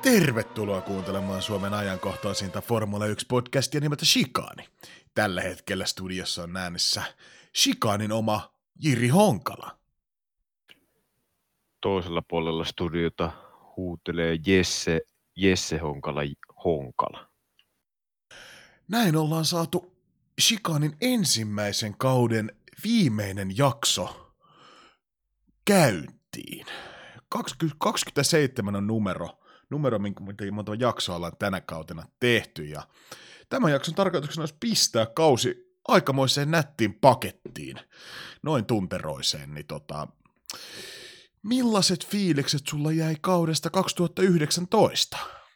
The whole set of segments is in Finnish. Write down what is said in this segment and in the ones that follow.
Tervetuloa kuuntelemaan Suomen ajankohtaisinta Formula 1-podcastia nimeltä Chicane. Tällä hetkellä studiossa on äänessä Chicanen oma Jiri Honkala. Toisella puolella studiota huutelee Jesse Honkala. Näin ollaan saatu Chicanen ensimmäisen kauden viimeinen jakso käyntiin. 27 on numero, minkä monta jaksoa ollaan tänä kautena tehty, ja tämän jakson tarkoituksena olisi pistää kausi aikamoiseen nättiin pakettiin, noin tunteroiseen, niin millaiset fiilikset sulla jäi kaudesta 2019?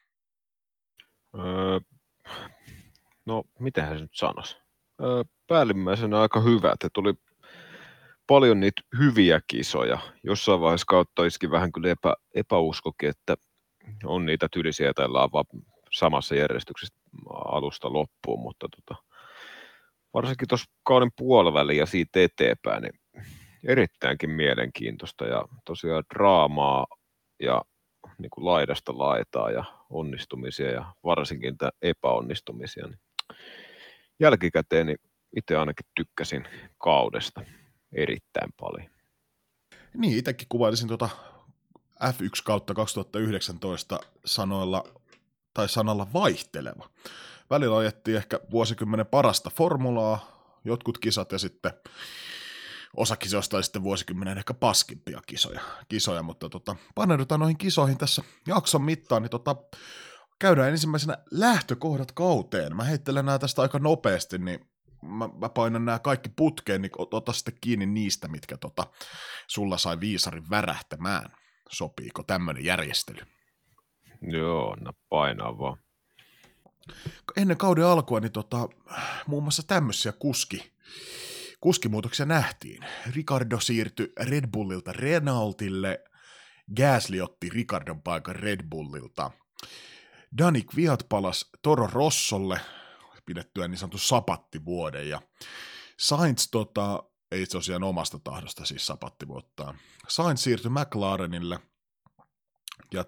No, mitähän se nyt sanoisi? Päällimmäisenä aika hyvä, että tuli paljon niitä hyviä kisoja. Jossain vaiheessa kautta iski vähän kyllä epäuskokin, että on niitä tylisiä tai vaan samassa järjestyksessä alusta loppuun, mutta varsinkin tuossa kauden puoliväliin ja siitä eteenpäin, niin erittäinkin mielenkiintoista ja tosiaan draamaa ja niin kuin laidasta laitaa ja onnistumisia ja varsinkin epäonnistumisia. Niin jälkikäteen niin itse ainakin tykkäsin kaudesta erittäin paljon. Niin, itsekin kuvailisin F1 kautta 2019 sanalla vaihteleva. Välillä ajettiin ehkä vuosikymmenen parasta formulaa, jotkut kisat, ja sitten osa kisoista oli sitten vuosikymmenen ehkä paskimpia kisoja, mutta paneudutaan noihin kisoihin tässä jakson mittaan, niin käydään ensimmäisenä lähtökohdat kauteen. Mä heittelen nämä tästä aika nopeasti, niin mä painan nämä kaikki putkeen, niin ota sitten kiinni niistä, mitkä sulla sai viisarin värähtämään. Sopiiko tämmöinen järjestely? Joo, no painaa vaan. Ennen kauden alkua niin muun muassa tämmöisiä kuskimuutoksia nähtiin. Ricardo siirtyi Red Bullilta Renaultille, Gasly otti Ricardon paikan Red Bullilta. Dani Kvyat palasi Toro Rossolle pidettyä niin sanotun sapattivuoden, ja Sainz ei tosiaan omasta tahdosta siis sapattivuottaan. Sainz siirtyi McLarenille, ja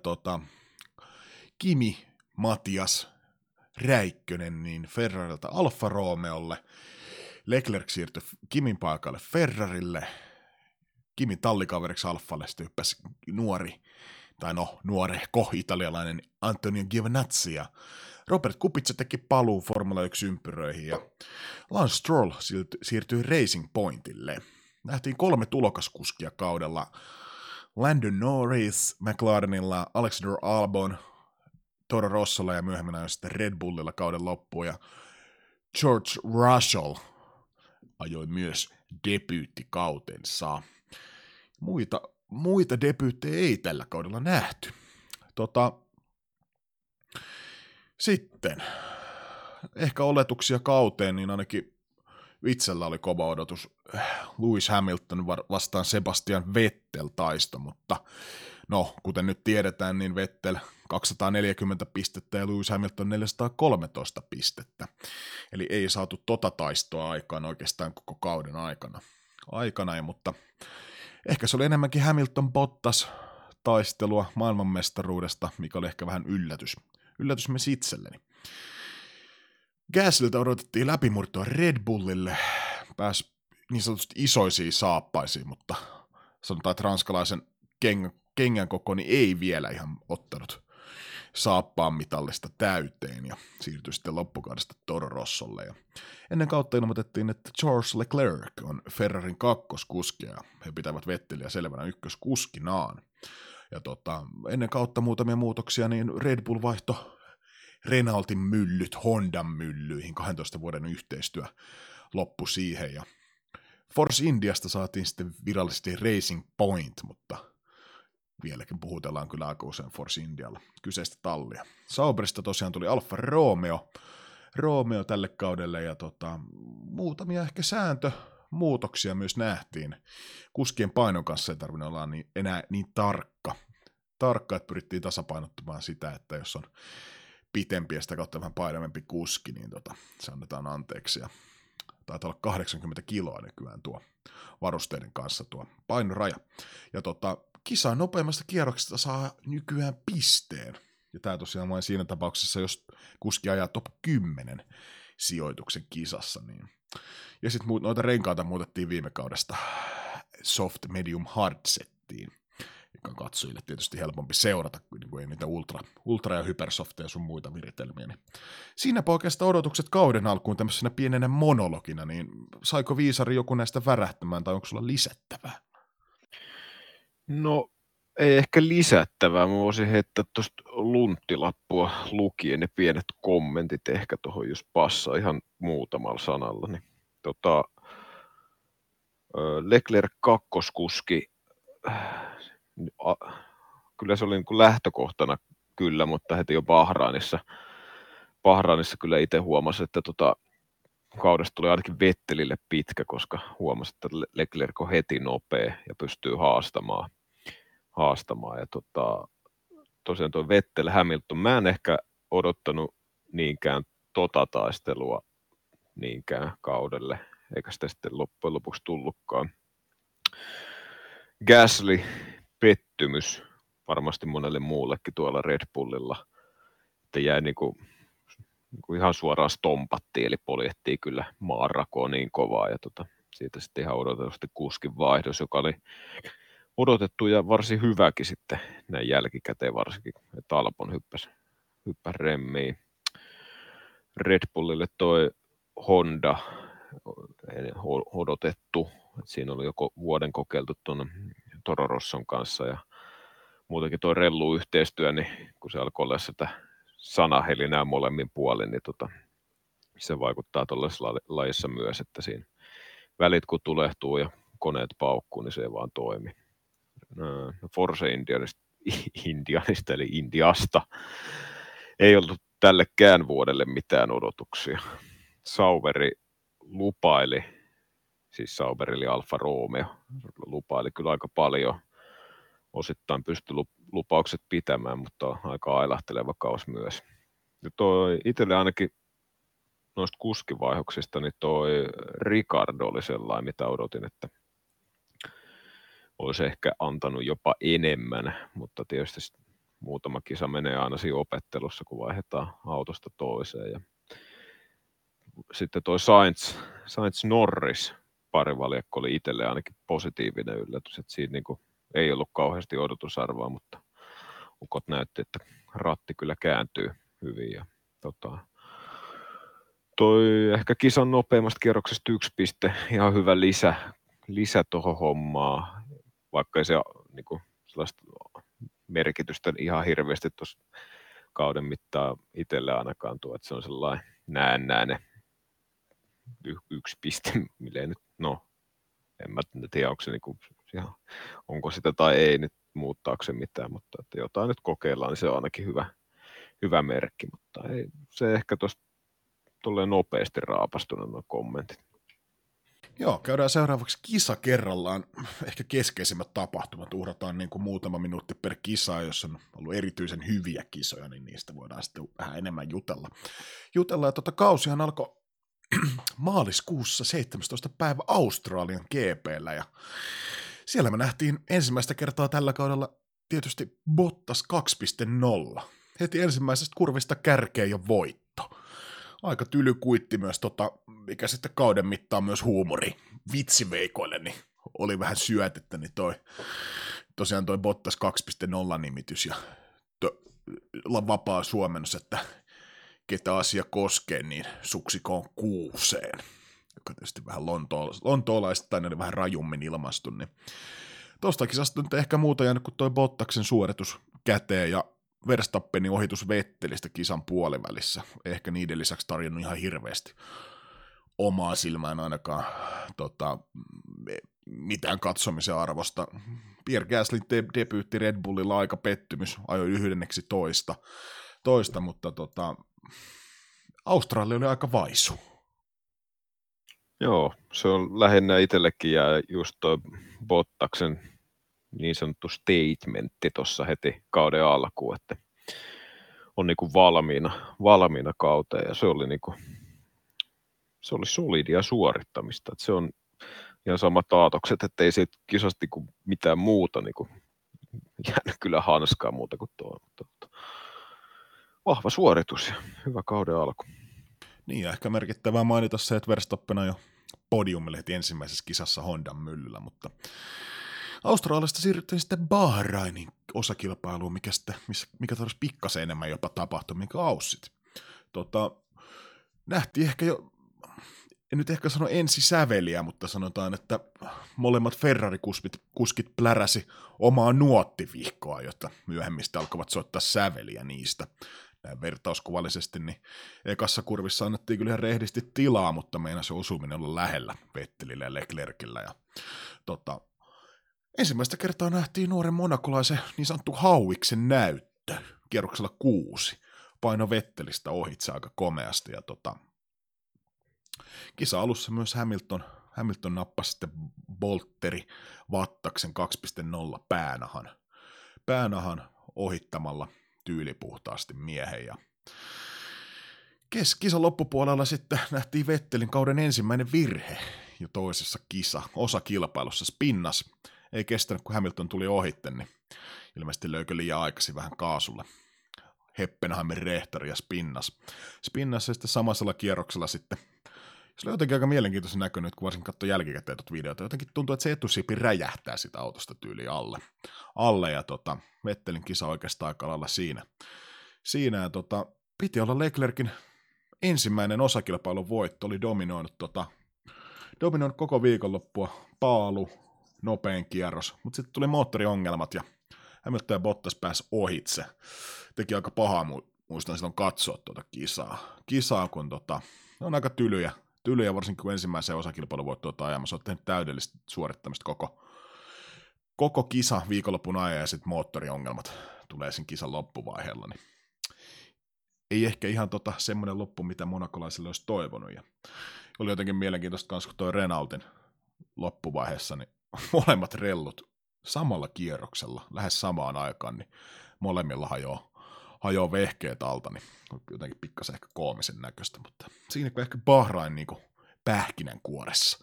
Kimi Matias Räikkönen niin Ferrarilta Alfa Romeolle. Leclerc siirtyi Kimin paikalle Ferrarille. Kimin tallikaveriksi Alfalle sitten hyppäsi nuorehko italialainen Antonio Giovinazzi, ja Robert Kubica teki paluu Formula 1-ympyröihin, ja Lance Stroll siirtyi Racing Pointille. Nähtiin 3 tulokaskuskia kaudella. Lando Norris McLarenilla, Alexander Albon Toro Rossolla ja myöhemmin sitten Red Bullilla kauden loppuun, ja George Russell ajoi myös debyyttikautensa. Muita debyyttejä ei tällä kaudella nähty. Sitten ehkä oletuksia kauteen, niin ainakin itsellä oli kova odotus Lewis Hamilton vastaan Sebastian Vettel -taisto, mutta no, kuten nyt tiedetään, niin Vettel 240 pistettä ja Lewis Hamilton 413 pistettä. Eli ei saatu taistoa aikaan oikeastaan koko kauden aikana, mutta ehkä se oli enemmänkin Hamilton-Bottas taistelua maailmanmestaruudesta, mikä oli ehkä vähän yllätys myös itselleni. Gaslyltä odotettiin läpimurtoa Red Bullille, pääsi niin sanotusti isoisiin saappaisiin, mutta sanotaan, että ranskalaisen kengän kokoni ei vielä ihan ottanut saappaan mitallista täyteen, ja siirtyi sitten loppukaudesta Toro Rossolle. Ja ennen kautta ilmoitettiin, että Charles Leclerc on Ferrarin kakkoskuski, ja he pitävät Vetteliä selvänä ykköskuskinaan. Ja ennen kautta muutamia muutoksia, niin Red Bull vaihtoi Renaultin myllyt Hondan myllyihin, 12 vuoden yhteistyö loppui siihen, ja Force Indiasta saatiin sitten virallisesti Racing Point, mutta vieläkin puhutellaan kyllä aika usein Force Indialla kyseistä tallia. Sauberista tosiaan tuli Alfa Romeo tälle kaudelle, ja muutamia ehkä sääntömuutoksia myös nähtiin. Kuskien painon kanssa ei tarvinnut olla enää niin tarkka, että pyrittiin tasapainottamaan sitä, että jos on pitempi ja sitä kautta vähän painavempi kuski, niin se annetaan anteeksi. Ja taitaa olla 80 kiloa nykyään tuo varusteiden kanssa tuo painoraja. Ja kisan nopeimmasta kierroksesta saa nykyään pisteen, Ja tämä tosiaan vain siinä tapauksessa, jos kuski ajaa top 10 sijoituksen kisassa. Niin. Ja sitten noita renkaita muutettiin viime kaudesta soft, medium, hard settiin, joka on katsojille tietysti helpompi seurata, kun ei niitä ultra ja hypersofteja sun muita viritelmiä. Niin siinäpä oikeastaan odotukset kauden alkuun tämmöisenä pienenä monologina, niin saiko Viisari joku näistä värähtämään, tai onko sulla lisättävää? No, ei ehkä lisättävää. Mä voisin heittää tuosta lunttilappua lukien ne pienet kommentit ehkä tuohon, jos passaa ihan muutamalla sanalla. Niin, Leclerc kakkoskuski, kyllä se oli niin kuin lähtökohtana kyllä, mutta heti jo Bahrainissa kyllä itse huomasi, että kaudesta tuli ainakin Vettelille pitkä, koska huomasi, että Leclerc on heti nopea ja pystyy haastamaan. Ja tosiaan tuo Vettel Hamilton, mä en ehkä odottanut niinkään taistelua niinkään kaudelle, eikä sitä sitten loppujen lopuksi tullutkaan. Gasly, pettymys varmasti monelle muullekin tuolla Red Bullilla, että jäi niinku ihan suoraan stompattiin, eli poljettiin kyllä maanrakoon niin kovaa, ja siitä sitten ihan odotetusti kuskin vaihdos, joka oli odotettu ja varsin hyväkin sitten näin jälkikäteen varsinkin, että Albon hyppäsi remmiin. Red Bullille toi Honda odotettu, että siinä oli joko vuoden kokeiltu tuon Toro Rosson kanssa ja muutenkin tuo rellu-yhteistyö, niin kun se alkoi olla sitä sanahelinää molemmin puolin, niin se vaikuttaa tuollaisessa lajissa myös, että siinä välit kun tulehtuu ja koneet paukkuu, niin se ei vaan toimi. Force Indianista eli Indiasta ei ollut tällekään vuodelle mitään odotuksia. Sauberi lupaili, siis Sauber eli Alfa Romeo, lupaili kyllä aika paljon. Osittain pystyi lupaukset pitämään, mutta aika ailahteleva kaus myös. Ja toi itselle ainakin noista kuskivaihoksista, niin toi Ricardo oli sellainen, mitä odotin, että olisi ehkä antanut jopa enemmän, mutta tietysti muutama kisa menee aina siinä opettelussa, kun vaihdetaan autosta toiseen. Ja sitten toi Sainz Norris parivaljakko oli itselle ainakin positiivinen yllätys, että siinä niinku ei ollut kauheasti odotusarvoa, mutta ukot näytti, että ratti kyllä kääntyy hyvin. Ja toi ehkä kisan nopeimmasta kierroksesta 1 piste, ihan hyvä lisä tuohon hommaan, vaikka ei se niinku sellaista merkitystä ihan hirveästi tuossa kauden mittaan itselle ainakaan tuo, että se on sellainen näennäinen 1 piste, millä ei nyt, no en mä tiedä, onko se niinku, onko sitä tai ei nyt muuttaako se mitään, mutta että jotain nyt kokeillaan, niin se on ainakin hyvä merkki, mutta ei se ehkä tuosta tolleen nopeasti raapastunut nuo kommentit. Joo, käydään seuraavaksi kisa kerrallaan. Ehkä keskeisimmät tapahtumat uhrataan niin kuin muutama minuutti per kisa, jos on ollut erityisen hyviä kisoja, niin niistä voidaan sitten vähän enemmän jutella. Ja kausihan alkoi maaliskuussa 17. päivä Australian GP:llä, ja siellä me nähtiin ensimmäistä kertaa tällä kaudella tietysti Bottas 2.0. Heti ensimmäisestä kurvista kärkeen jo voitto. Aika tyly kuitti myös, mikä sitten kauden mittaan myös huumori vitsiveikoille, niin oli vähän syötettä, niin tosiaan toi Bottas 2.0 nimitys ja vapaa suomennos, että ketä asia koskee, niin suksikoon kuuseen, joka tietysti vähän lontoolaisittain oli vähän rajummin ilmastu, niin tosta kisasta nyt ehkä muuta jäänyt kuin toi Bottaksen suoritus käteen ja Verstappenin ohitus Vettelistä kisan puolivälissä. Ehkä niiden lisäksi tarjonnut ihan hirveästi omaa silmään ainakaan mitään katsomisen arvosta. Pierre Gaslyn debyytti Red Bullilla aika pettymys, ajoi 11, mutta Australia oli aika vaisu. Joo, se on lähinnä itsellekin ja just toi Bottaksen niin sanottu statementti tuossa heti kauden alkuun, että on niinku valmiina kauteen ja se oli solidia suorittamista, että se on ihan samat aatokset, että ei siitä kisasta niinku mitään muuta niinku jäänyt kyllä hanskaa muuta kuin tuo. vahva suoritus ja hyvä kauden alku. Niin, ja ehkä merkittävää mainita se, että Verstappen jo podiumille heti ensimmäisessä kisassa Hondan myllyllä, mutta Australiasta siirryttiin sitten Bahrainin osakilpailuun, mikä tarvitsisi pikkasen enemmän jopa tapahtua, minkä aussit. Nähtiin ehkä jo, en nyt ehkä sano ensisäveliä, mutta sanotaan, että molemmat Ferrari-kuskit pläräsi omaa nuottivihkoa, jotta myöhemmistä alkavat soittaa säveliä niistä. Näin vertauskuvallisesti, niin ekassa kurvissa annettiin kyllä ihan rehdisti tilaa, mutta meinasi osuminen olla lähellä Vettelillä ja Leclercillä. Ja, ensimmäistä kertaa nähtiin nuoren monakolaisen niin sanottu hauiksen näyttö kierroksella 6. Paino Vettelistä ohitse aika komeasti. Ja kisa alussa myös Hamilton nappasi sitten Boltteri Vattaksen 2.0 päänahan ohittamalla tyylipuhtaasti miehen. Ja kisan loppupuolella sitten nähtiin Vettelin kauden ensimmäinen virhe jo toisessa osakilpailussa. Spinnas ei kestänyt, kun Hamilton tuli ohitte, niin ilmeisesti löykö liian aikaisin vähän kaasulla. Heppenheimin rehtari ja Spinnas ja sitten samaisella kierroksella sitten. Se oli jotenkin aika mielenkiintoisen näköinen, kun varsinkin katsoi jälkikäteen tuota videota. Jotenkin tuntuu, että se etusiipi räjähtää sitä autosta tyyliin alle ja Vettelin kisa oikeastaan aika lailla siinä ja piti olla Leclerkin ensimmäinen osakilpailun voitto, oli dominoinut koko viikonloppua, paalu, nopein kierros, mutta sitten tuli moottoriongelmat ja Hamilton ja Bottas pääsi ohitse. Teki aika pahaa, muistan silloin katsoa tuota kisaa kun ne on aika tylyjä varsinkin kun ensimmäisen osakilpailun voittoa ajamassa, on tehnyt täydellistä suorittamista koko kisa viikonlopun ajan ja sitten moottoriongelmat tulee siinä kisan loppuvaiheella, niin ei ehkä ihan semmoinen loppu, mitä monakolaisille olisi toivonut. Ja oli jotenkin mielenkiintoista myös, kun toi Renaultin loppuvaiheessa, niin molemmat rellut samalla kierroksella, lähes samaan aikaan, niin molemmilla hajoaa vehkeet alta, niin jotenkin pikkasen ehkä koomisen näköistä, mutta siinä kun ehkä Bahrain niin kuin pähkinänkuoressa.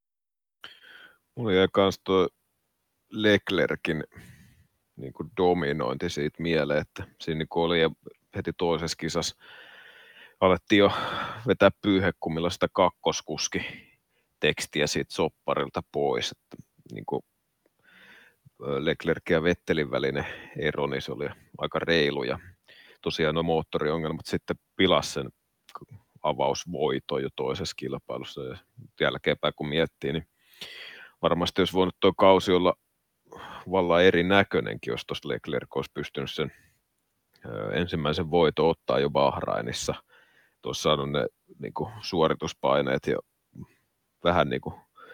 Mulla jäi kans tuo Leclerkin niin kuin dominointi siitä mieleen, että siinä niin oli heti toisessa kisassa alettiin jo vetää pyyhekumilla sitä kakkoskuski tekstiä siitä sopparilta pois, että niin kuin Leclerc ja Vettelin välinen ero, niin se oli aika reilu ja tosiaan nuo moottoriongelmat sitten pilasi sen avausvoiton jo toisessa kilpailussa ja jälkeenpäin kun miettii, niin varmasti olisi voinut tuo kausi olla vallan erinäköinenkin, jos tuossa Leclerc olisi pystynyt sen ensimmäisen voiton ottaa jo Bahrainissa. Tuossa saanut ne niin kuin, suorituspaineet ja vähän niin kuin,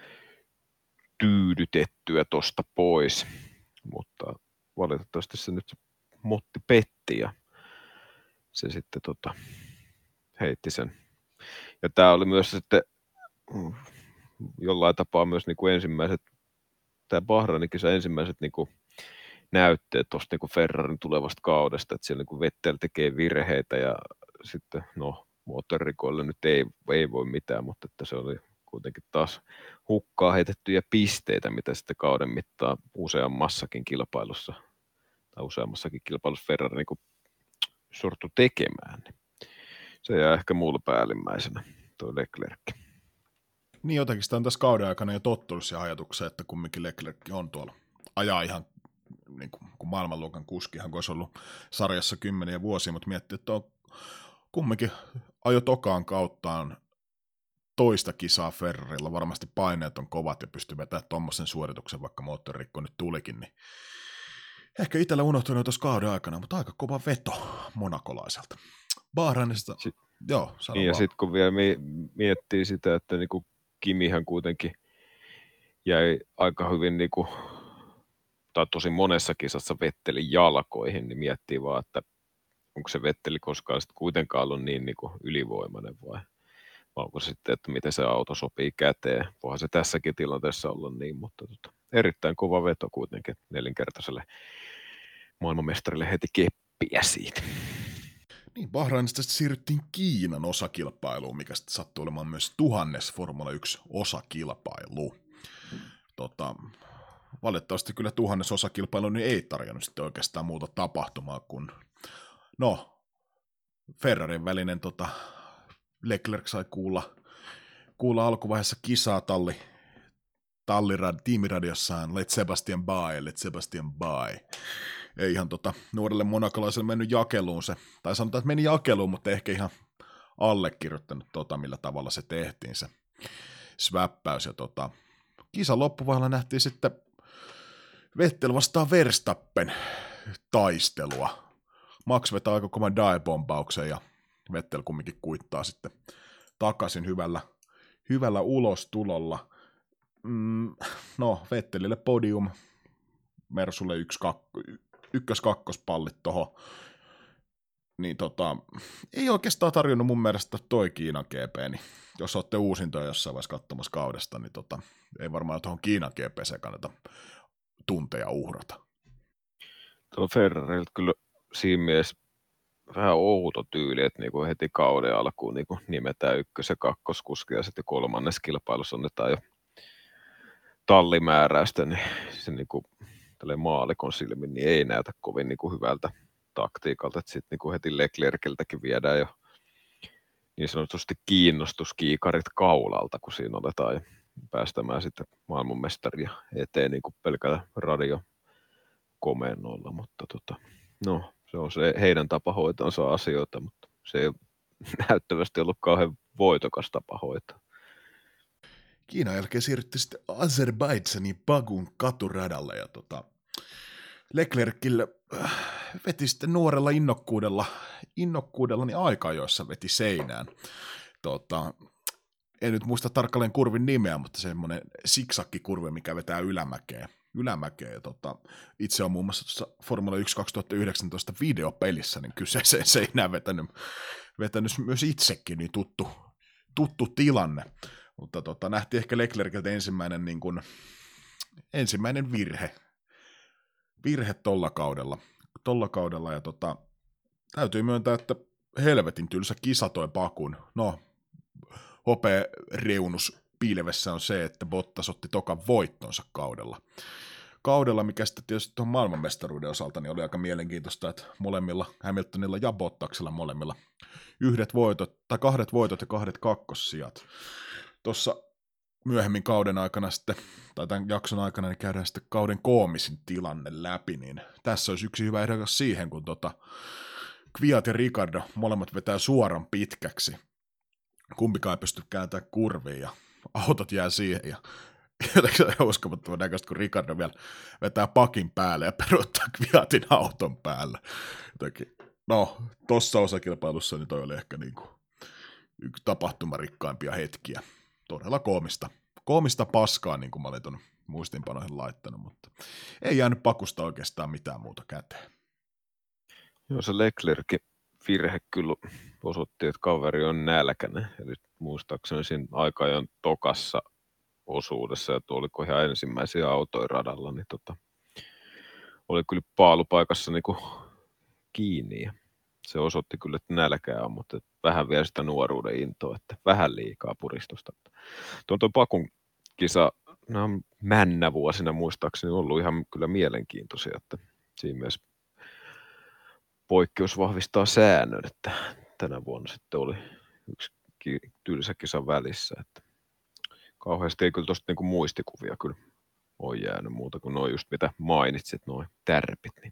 tyydytettyä tuosta pois, mutta valitettavasti se nyt motti petti ja se sitten heitti sen. Ja tämä oli myös sitten jollain tapaa myös niin kuin ensimmäiset, tämä Bahrainin kisa ensimmäiset niin kuin näytteet tuosta niin Ferrarin tulevasta kaudesta, että siellä niin kuin Vettel tekee virheitä ja sitten moottorikoille nyt ei voi mitään, mutta että se oli kuitenkin taas hukkaa heitettyjä pisteitä, mitä sitten kauden mittaan useammassakin kilpailussa Ferrari niin kuin sortu tekemään. Se jää ehkä mulle päällimmäisenä, tuo Leclerc. Niin jotenkin sitä on tässä kauden aikana jo tottunut siihen ajatukseen, että kumminkin Leclerc on tuolla ajaa ihan niin kuin maailmanluokan kuskihan, kun olisi ollut sarjassa kymmeniä vuosia, mutta miettii, että on kumminkin ajo tokaan kauttaan toista kisaa Ferrarilla, varmasti paineet on kovat ja pystyy vetämään tuommoisen suorituksen, vaikka moottorikko nyt tulikin, niin ehkä itsellä unohtunut tuossa kauden aikana, mutta aika kova veto monakolaiselta. Bahrainista, joo, sano niin, ja sitten kun vielä miettii sitä, että niinku Kimihän kuitenkin jäi aika hyvin, niinku, tai tosi monessa kisassa Vettelin jalkoihin, niin miettii vaan, että onko se Vetteli koskaan sitten kuitenkaan ollut niin niinku ylivoimainen vai onko se sitten, että miten se auto sopii käteen. Voihan se tässäkin tilanteessa olla niin, mutta erittäin kova veto kuitenkin nelinkertaiselle maailmanmestarille heti keppiä siitä. Niin, Bahrainista siirryttiin Kiinan osakilpailuun, mikä sitten sattui olemaan myös 1000 Formula 1 osakilpailu. Valitettavasti kyllä 1000 osakilpailu niin ei tarjonnut sitten oikeastaan muuta tapahtumaa kuin, Ferrarin välinen Leclerc sai kuulla alkuvaiheessa kisaa tiimiradiossaan Let Sebastian Bye. Ei ihan nuorelle monakolaiselle mennyt jakeluun se, tai sanotaan, että meni jakeluun, mutta ehkä ihan allekirjoittanut millä tavalla se tehtiin se sväppäys. Ja kisan loppuvaiheella nähtiin sitten Vettel vastaan Verstappen taistelua. Max vetää aika kovan dive-bombauksen ja Vettel kumminkin kuittaa sitten takaisin hyvällä ulostulolla. No, Vettelille podium, Mersulle ykkös-kakkospallit tohon. Niin ei oikeastaan tarjonnut mun mielestä toi Kiinan GP, niin jos olette uusintoja jossain vaiheessa katsomassa kaudesta, niin ei varmaan tuohon Kiinan GP:seen kannata tunteja uhrata. Tuo Ferrarilta kyllä siinä mielessä vähän outo tyyli, että niinku heti kauden alkuun niinku nimetään ykkös- ja kakkoskuski ja sitten kolmannes kilpailussa annetaan jo tallimääräystä, niin se niinku maalikon silmin niin ei näytä kovin niinku hyvältä taktiikalta, että sitten niinku heti Leclerciltäkin viedään jo niin sanotusti kiinnostuskiikarit kaulalta, kun siinä otetaan ja päästämään sitten maailmanmestaria eteen niin kuin pelkällä radiokomennolla, mutta no, se on se heidän tapa hoitansa asioita, mutta se ei näyttävästi ollut kauhean voitokas tapa hoitaa. Kiinan jälkeen siirryttiin sitten Azerbaidžanin Bakun katuradalle ja Leclercille veti sitten nuorella innokkuudella niin aika-ajoissa veti seinään. En nyt muista tarkalleen kurvin nimeä, mutta semmoinen siksakkikurvi, mikä vetää ylämäkeen. Ja itse on muun muassa tuossa Formula 1 2019 videopelissä niin kyseiseen seinään vetänyt myös itsekin niin tuttu tilanne. Mutta nähtiin ehkä Leclerciltä ensimmäinen virhe tolla kaudella ja täytyy myöntää, että helvetin tylsä kisa toi Bakun. No, hopea reunus pilvessä on se, että Bottas otti tokan voittonsa kaudella, mikä sitten tietysti tuon maailmanmestaruuden osalta niin oli aika mielenkiintoista, että molemmilla, Hamiltonilla ja Bottaksella molemmilla, kahdet voitot ja kahdet kakkossijat. Tuossa myöhemmin kauden aikana sitten, tai tämän jakson aikana, niin käydään sitten kauden koomisin tilanne läpi, niin tässä olisi yksi hyvä ehdokas siihen, kun Kvyat ja Ricciardo molemmat vetää suoran pitkäksi. Kumpikaan ei pysty kääntämään kurviin ja autot jää siihen ja jotenkin on uskomattoman näköistä, kun Ricciardo vielä vetää pakin päälle ja peruuttaa Kviatin auton päälle. Jotenkin, no, tossa osakilpailussa niin toi oli ehkä yksi tapahtumarikkaimpia hetkiä. Todella koomista paskaa, niin kuin mä olin tuon muistinpanoihin laittanut, mutta ei jäänyt Bakusta oikeastaan mitään muuta käteen. Joo, se Leclercin virhe kyllä osoitti, että kaveri on nälkäinen. Eli muistaakseni siinä aika-ajan tokassa osuudessa, ja tuo oliko ihan ensimmäisiä autoja radalla, niin oli kyllä paalupaikassa niin kiinni. Ja se osoitti kyllä, että nälkää on, mutta vähän vielä sitä nuoruuden intoa, että vähän liikaa puristusta. Tuo Bakun kisa, männä vuosina muistaakseni ollut ihan kyllä mielenkiintoisia, että siinä mielessä poikkeus vahvistaa säännön, että tänä vuonna sitten oli yksi tylsä kisa välissä, että kauheasti ei kyllä tuosta niinku muistikuvia kyllä ole jäänyt muuta kuin noin just mitä mainitsit, noin tärpit. Niin.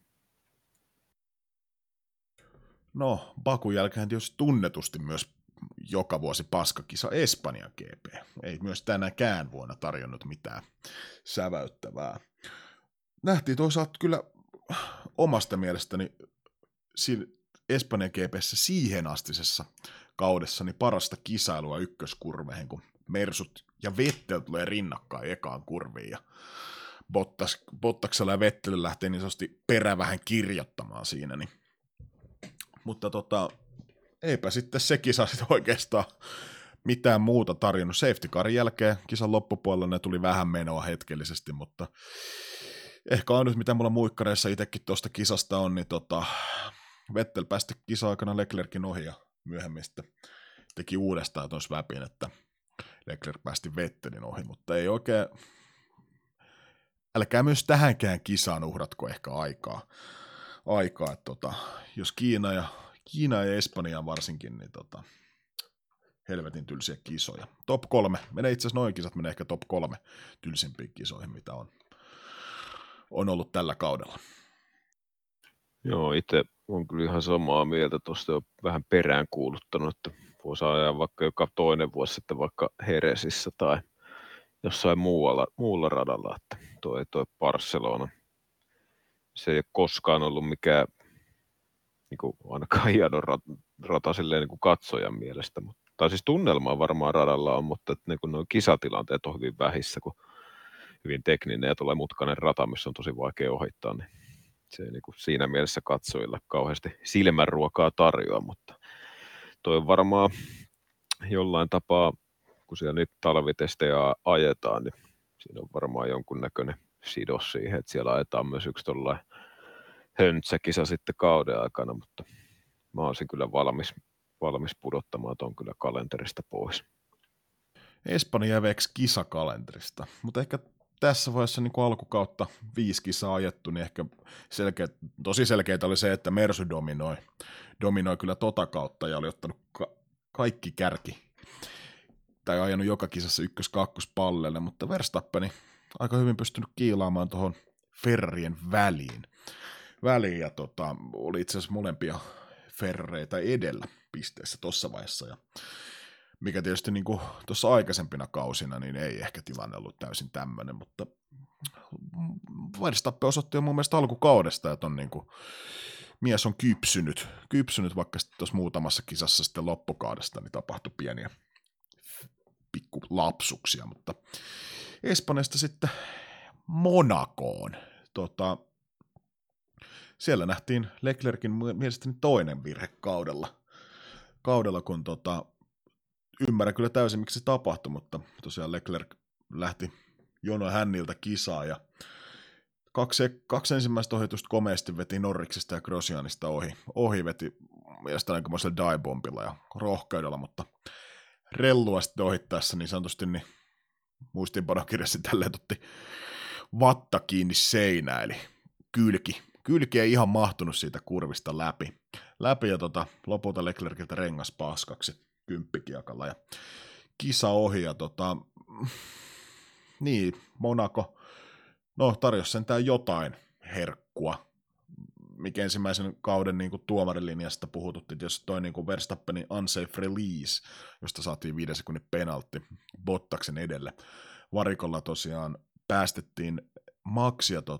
No, Bakun jälkeen tietysti tunnetusti myös joka vuosi paskakisa Espanjan GP. Ei myös tänäkään vuonna tarjonnut mitään säväyttävää. Nähtiin toisaalta kyllä omasta mielestäni Espanjan GP:ssä siihen astisessa kaudessa niin parasta kisailua ykköskurveihin, kun Mersut ja Vettel tulee rinnakkain ekaan kurviin ja Bottaksella ja Vettel lähtee niin sanotusti perä vähän kirjoittamaan siinä. Niin. Mutta eipä sitten se kisa sitten oikeastaan mitään muuta tarjonnut. Safety carin jälkeen kisan loppupuolella ne tuli vähän menoa hetkellisesti, mutta ehkä ainut mitä mulla muikkareissa itsekin tuosta kisasta on, niin Vettel päästi kisa-aikana Leclerkin ohi ja myöhemmin sitten teki uudestaan tuon sväpin, että Leclerc päästi Vettelin ohi, mutta ei oikein, älkää myös tähänkään kisaan uhratko ehkä aikaa että jos Kiina ja Espanja varsinkin, niin helvetin tylsiä kisoja. Top 3. Menee itse asiassa noin kisat, menee ehkä top 3 tylsimpiin kisoihin, mitä on ollut tällä kaudella. Joo, itse on kyllä ihan samaa mieltä. Tuosta on vähän peräänkuuluttanut, että voisi ajaa vaikka joka toinen vuosi sitten vaikka Heresissä tai jossain muulla radalla, että toi Barcelona, se ei ole koskaan ollut mikään niin kuin ainakaan hieno rata silleen niin kuin katsojan mielestä, tai siis tunnelmaa varmaan radalla on, mutta että niin kuin nuo kisatilanteet on hyvin vähissä, kun hyvin tekninen ja tulee mutkainen rata, missä on tosi vaikea ohittaa, niin se ei niin kuin siinä mielessä katsojilla kauheasti silmänruokaa tarjoa, mutta toi on varmaan jollain tapaa, kun siellä nyt talvitestejä ajetaan, niin siinä on varmaan jonkunnäköinen sidos siihen, että siellä ajetaan myös yksi tuollainen höntsäkisa sitten kauden aikana, mutta mä olisin kyllä valmis pudottamaan ton kyllä kalenterista pois. Espanja veksi kisakalenterista, mutta ehkä tässä vaiheessa niin kuin alkukautta 5 kisaa ajettu, niin ehkä tosi selkeää oli se, että Mersu dominoi kyllä kautta ja oli ottanut kaikki kärki, tai ajanut joka kisassa 1-2 pallelle, mutta Verstappeni aika hyvin pystynyt kiilaamaan tuohon Ferrarien väliin ja oli itse asiassa molempia Ferrareita edellä pisteessä tuossa vaiheessa, ja mikä tietysti niin tuossa aikaisempina kausina niin ei ehkä tilanne ollut täysin tämmöinen, mutta Verstappen osoitti jo mun mielestä alkukaudesta, että on niin kuin, mies on kypsynyt vaikka tuossa muutamassa kisassa sitten loppukaudesta, niin tapahtui pieniä pikkulapsuksia, mutta Espanjasta sitten Monakoon. Siellä nähtiin Leclerkin mielestäni toinen virhe kaudella kun ymmärrän kyllä täysin, miksi se tapahtui, mutta tosiaan Leclerc lähti jono hänniltä kisaa ja kaksi ensimmäistä ohitusta komeasti veti Norriksesta ja Grosjeanista ohi veti mielestäni aikamoisella dive-bombilla ja rohkeudella, mutta rellua sitten ohittaessa niin sanotusti niin muistiinpanokirjassa tälleen otti vatta kiinni seinään, eli kylki ei ihan mahtunut siitä kurvista läpi ja lopulta Leclerciltä rengas paskaksi kymppikiakalla ja kisa ohi ja niin, Monaco, no tarjosi sentään jotain herkkua, mikä ensimmäisen kauden niin kuin tuomarilinjasta puhututtiin, jos toi niin kuin Verstappenin unsafe release, josta saatiin 5 sekunnin penaltti Bottaksen edelle. Varikolla tosiaan päästettiin Max ja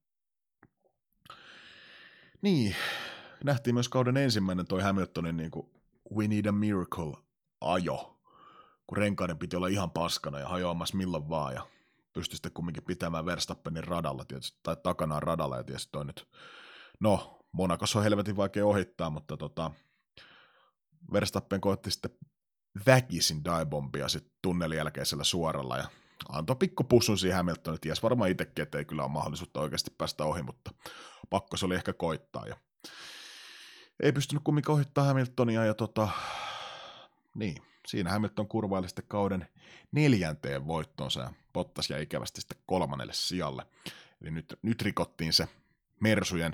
niin, nähtiin myös kauden ensimmäinen toi Hamiltonin niin kuin We need a miracle ajo, kun renkaiden piti olla ihan paskana ja hajoamassa milloin vaan, ja pystyi sitten kumminkin pitämään Verstappenin radalla, tietysti, tai takanaan radalla, ja tietysti toi nyt, no, Monacossa on helvetin vaikea ohittaa, mutta Verstappen koetti sitten väkisin dive-bombia sitten tunnelin jälkeisellä suoralla, ja antoi pikkupussun siihen Hamiltonin, ties varmaan itsekin, että ei kyllä ole mahdollisuutta oikeasti päästä ohi, mutta pakko se oli ehkä koittaa, ja ei pystynyt kumminkin ohittaa Hamiltonia, ja niin, siinä Hamilton kurvaili sitten kauden 4. voittonsa, ja Bottas jäi ikävästi sitten 3. sijalle. Eli nyt rikottiin se Mersujen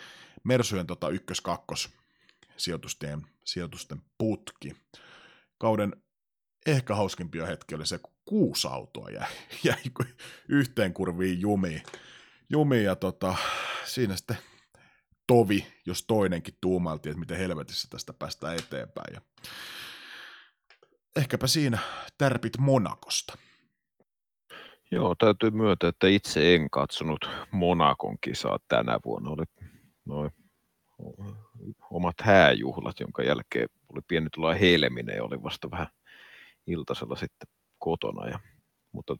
1-2 sijoitusten putki. Kauden ehkä hauskimpia hetki oli se, kun 6 autoa jäi yhteen kurviin jumiin ja siinä sitten tovi, jos toinenkin tuumailtiin, että miten helvetissä tästä päästään eteenpäin. Ja ehkäpä siinä tärpit Monakosta. Joo, täytyy myöntää, että itse en katsonut Monakon kisaa tänä vuonna. Oli noin omat hääjuhlat, jonka jälkeen oli pieni tuollainen helminen ja oli vasta vähän iltasella sitten kotona. Mutta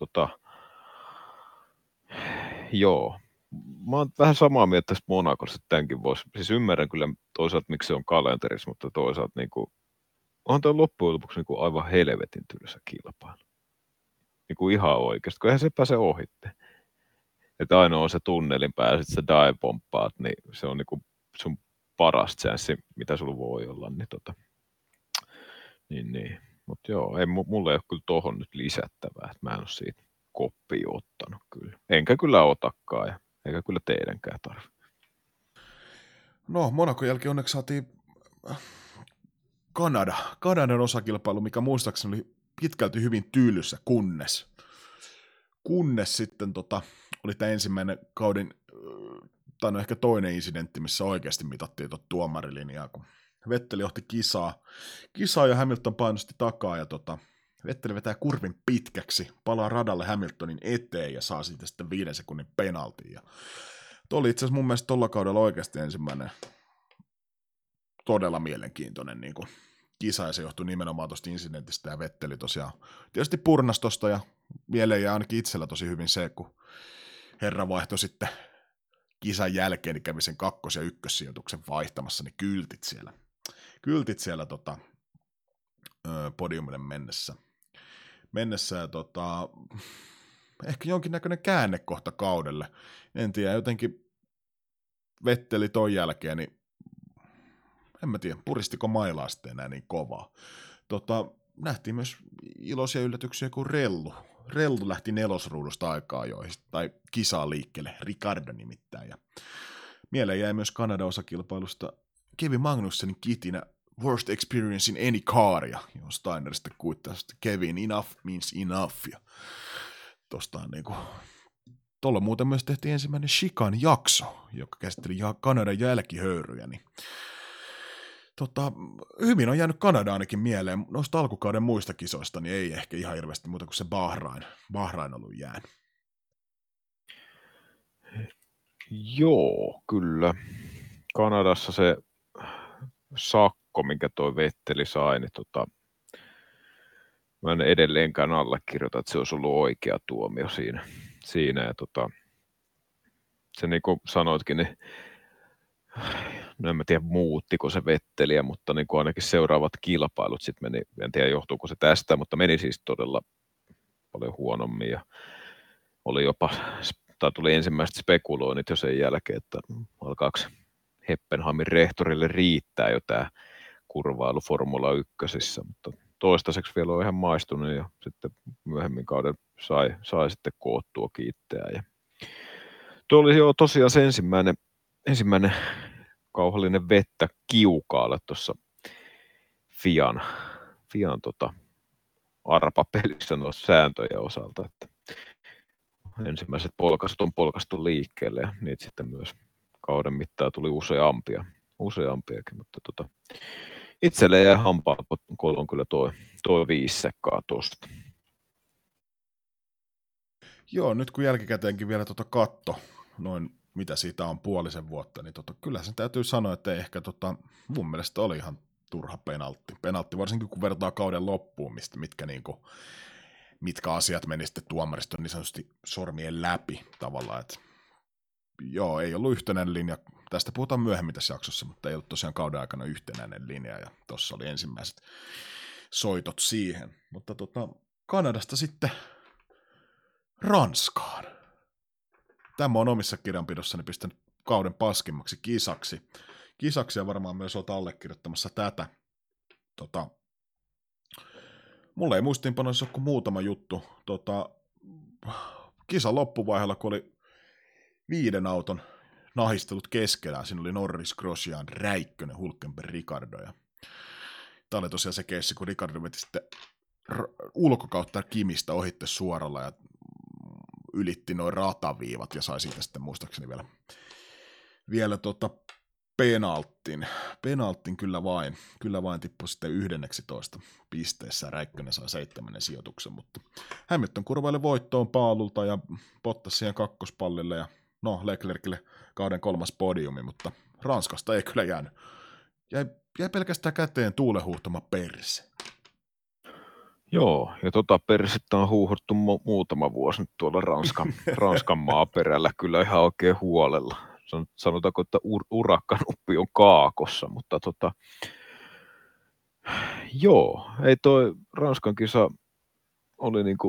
joo, mä oon vähän samaa mieltä tästä Monakosta, että tämänkin voisi, siis ymmärrän kyllä toisaalta miksi se on kalenterissa, mutta toisaalta niin kuin, onhan tuo loppujen lopuksi niin kuin aivan helvetin tylsä kilpailu. Niin kuin ihan oikeasti, kun eihän se pääse ohitte. Että ainoa on se tunnelin pää, ja sitten sä dive-pomppaat, niin se on niin kuin sun paras chanssi, mitä sulla voi olla. Niin. Mutta joo, ei, mulla ei ole kyllä tohon nyt lisättävää, että mä en ole siitä koppia ottanut kyllä. Enkä kyllä otakaan, eikä kyllä teidänkään tarvitse. No, Monakon jälkeen onneksi saatiin Kanadan osakilpailu, mikä muistaakseni oli pitkälti hyvin tylsä, kunnes sitten oli tämä ensimmäinen kauden, tai no ehkä toinen incidentti, missä oikeasti mitattiin tuomarilinjaa, kun Vettel johti kisaa ja Hamilton painosti takaa, ja Vettel vetää kurvin pitkäksi, palaa radalle Hamiltonin eteen ja saa siitä sitten 5 sekunnin penaltin. Ja tuo oli itse asiassa mun mielestä tuolla kaudella oikeasti ensimmäinen todella mielenkiintoinen niin kuin kisa, ja se johtui nimenomaan tuosta incidentistä, ja Vetteli tosiaan tietysti purnas tosta, ja mieleen jää ainakin itsellä tosi hyvin se, kun herra vaihtoi sitten kisan jälkeen, niin kävi sen 2- ja 1-sijoituksen vaihtamassa, niin kyltit siellä podiumille mennessä ja ehkä jonkinnäköinen käännekohta kaudelle. En tiedä, jotenkin Vetteli ton jälkeen, niin en mä tiedä, puristiko mailaa sitten enää niin kovaa. Nähtiin myös iloisia yllätyksiä, kun Rellu lähti 4. ruudusta aikaa ajoihin, tai kisaa liikkeelle, Ricardo nimittäin. Ja mieleen jäi myös Kanadan osakilpailusta Kevin Magnussenin kitinä Worst Experience in Any Car, ja Steiner sitten kuittaa, että Kevin, enough means enough. Ja tuolla muuten myös tehtiin ensimmäinen Chican-jakso, joka käsitteli Kanadan jälkihöyryjä, niin hyvin on jäänyt Kanada ainakin mieleen. Noista alkukauden muista kisoista niin ei ehkä ihan hirveästi muuta kuin se Bahrain ollut jäänyt. Joo, kyllä. Kanadassa se sakko, minkä toi Vetteli sai, niin mä en edelleenkään allekirjoita, että se olisi ollut oikea tuomio siinä ja se niin kuin sanoitkin, niin no en mä tiedä muuttiko se Vetteliä, mutta niin kuin ainakin seuraavat kilpailut sitten meni, en tiedä johtuuko se tästä, mutta meni siis todella paljon huonommin ja oli jopa, tai tuli ensimmäiset spekuloinnit jo sen jälkeen, että alkaako Heppenheimin rehtorille riittää jo tämä kurvailu Formula 1, mutta toistaiseksi vielä on ihan maistunut ja sitten myöhemmin kauden sai sitten koottua kiittää. Ja tuo oli jo tosiaan se ensimmäinen kauhallinen vettä kiukaalle tuossa Fian arpapelissä noissa sääntöjen osalta, että ensimmäiset polkaisut on polkastu liikkeelle ja niitä sitten myös kauden mittaan tuli useampiakin, mutta itselleen jäi hampaankoloon kyllä toi 5 sekkaa tuosta. Joo, nyt kun jälkikäteenkin vielä katto, noin mitä siitä on puolisen vuotta, niin kyllä sen täytyy sanoa, että ehkä mun mielestä oli ihan turha penaltti, varsinkin kun vertaa kauden loppuun, mitkä asiat meni sitten tuomariston niin sanotusti sormien läpi tavallaan, että joo, ei ollut yhtenäinen linja, tästä puhutaan myöhemmin tässä jaksossa, mutta ei ollut tosiaan kauden aikana yhtenäinen linja, ja tuossa oli ensimmäiset soitot siihen, mutta Kanadasta sitten Ranskaan. Tämä on omissa kirjanpidossani pistänyt kauden paskimmaksi kisaksi ja varmaan myös olet allekirjoittamassa tätä. Mulla ei muistiinpanoissa ole kuin muutama juttu. Kisan loppuvaiheella, kun oli 5 auton nahistelut keskellä, siinä oli Norris, Grosjean, Räikkönen, Hülkenberg, Ricardo. Ja tämä oli tosiaan se keissi, kun Ricardo veti sitten ulkokautta Kimistä ohitte suoralla ja ylitti noin rataviivat ja sai siitä sitten muistaakseni vielä penaltin kyllä vain tippui sitten 11 pisteessä ja Räikkönen sai 7. sijoituksen, mutta Hamilton kurvaili voittoon paalulta ja Bottas siihen kakkospallille ja Leclercille kauden 3. podiumi, mutta Ranskasta ei kyllä jäänyt. Jäi pelkästään käteen tuulenhuuhtama perse. Joo, ja persettä on huuhottu muutama vuosi nyt tuolla Ranskan maaperällä kyllä ihan oikein huolella. Sanotaanko, että urakkanuppi on kaakossa, mutta joo, ei toi Ranskan kisa oli niin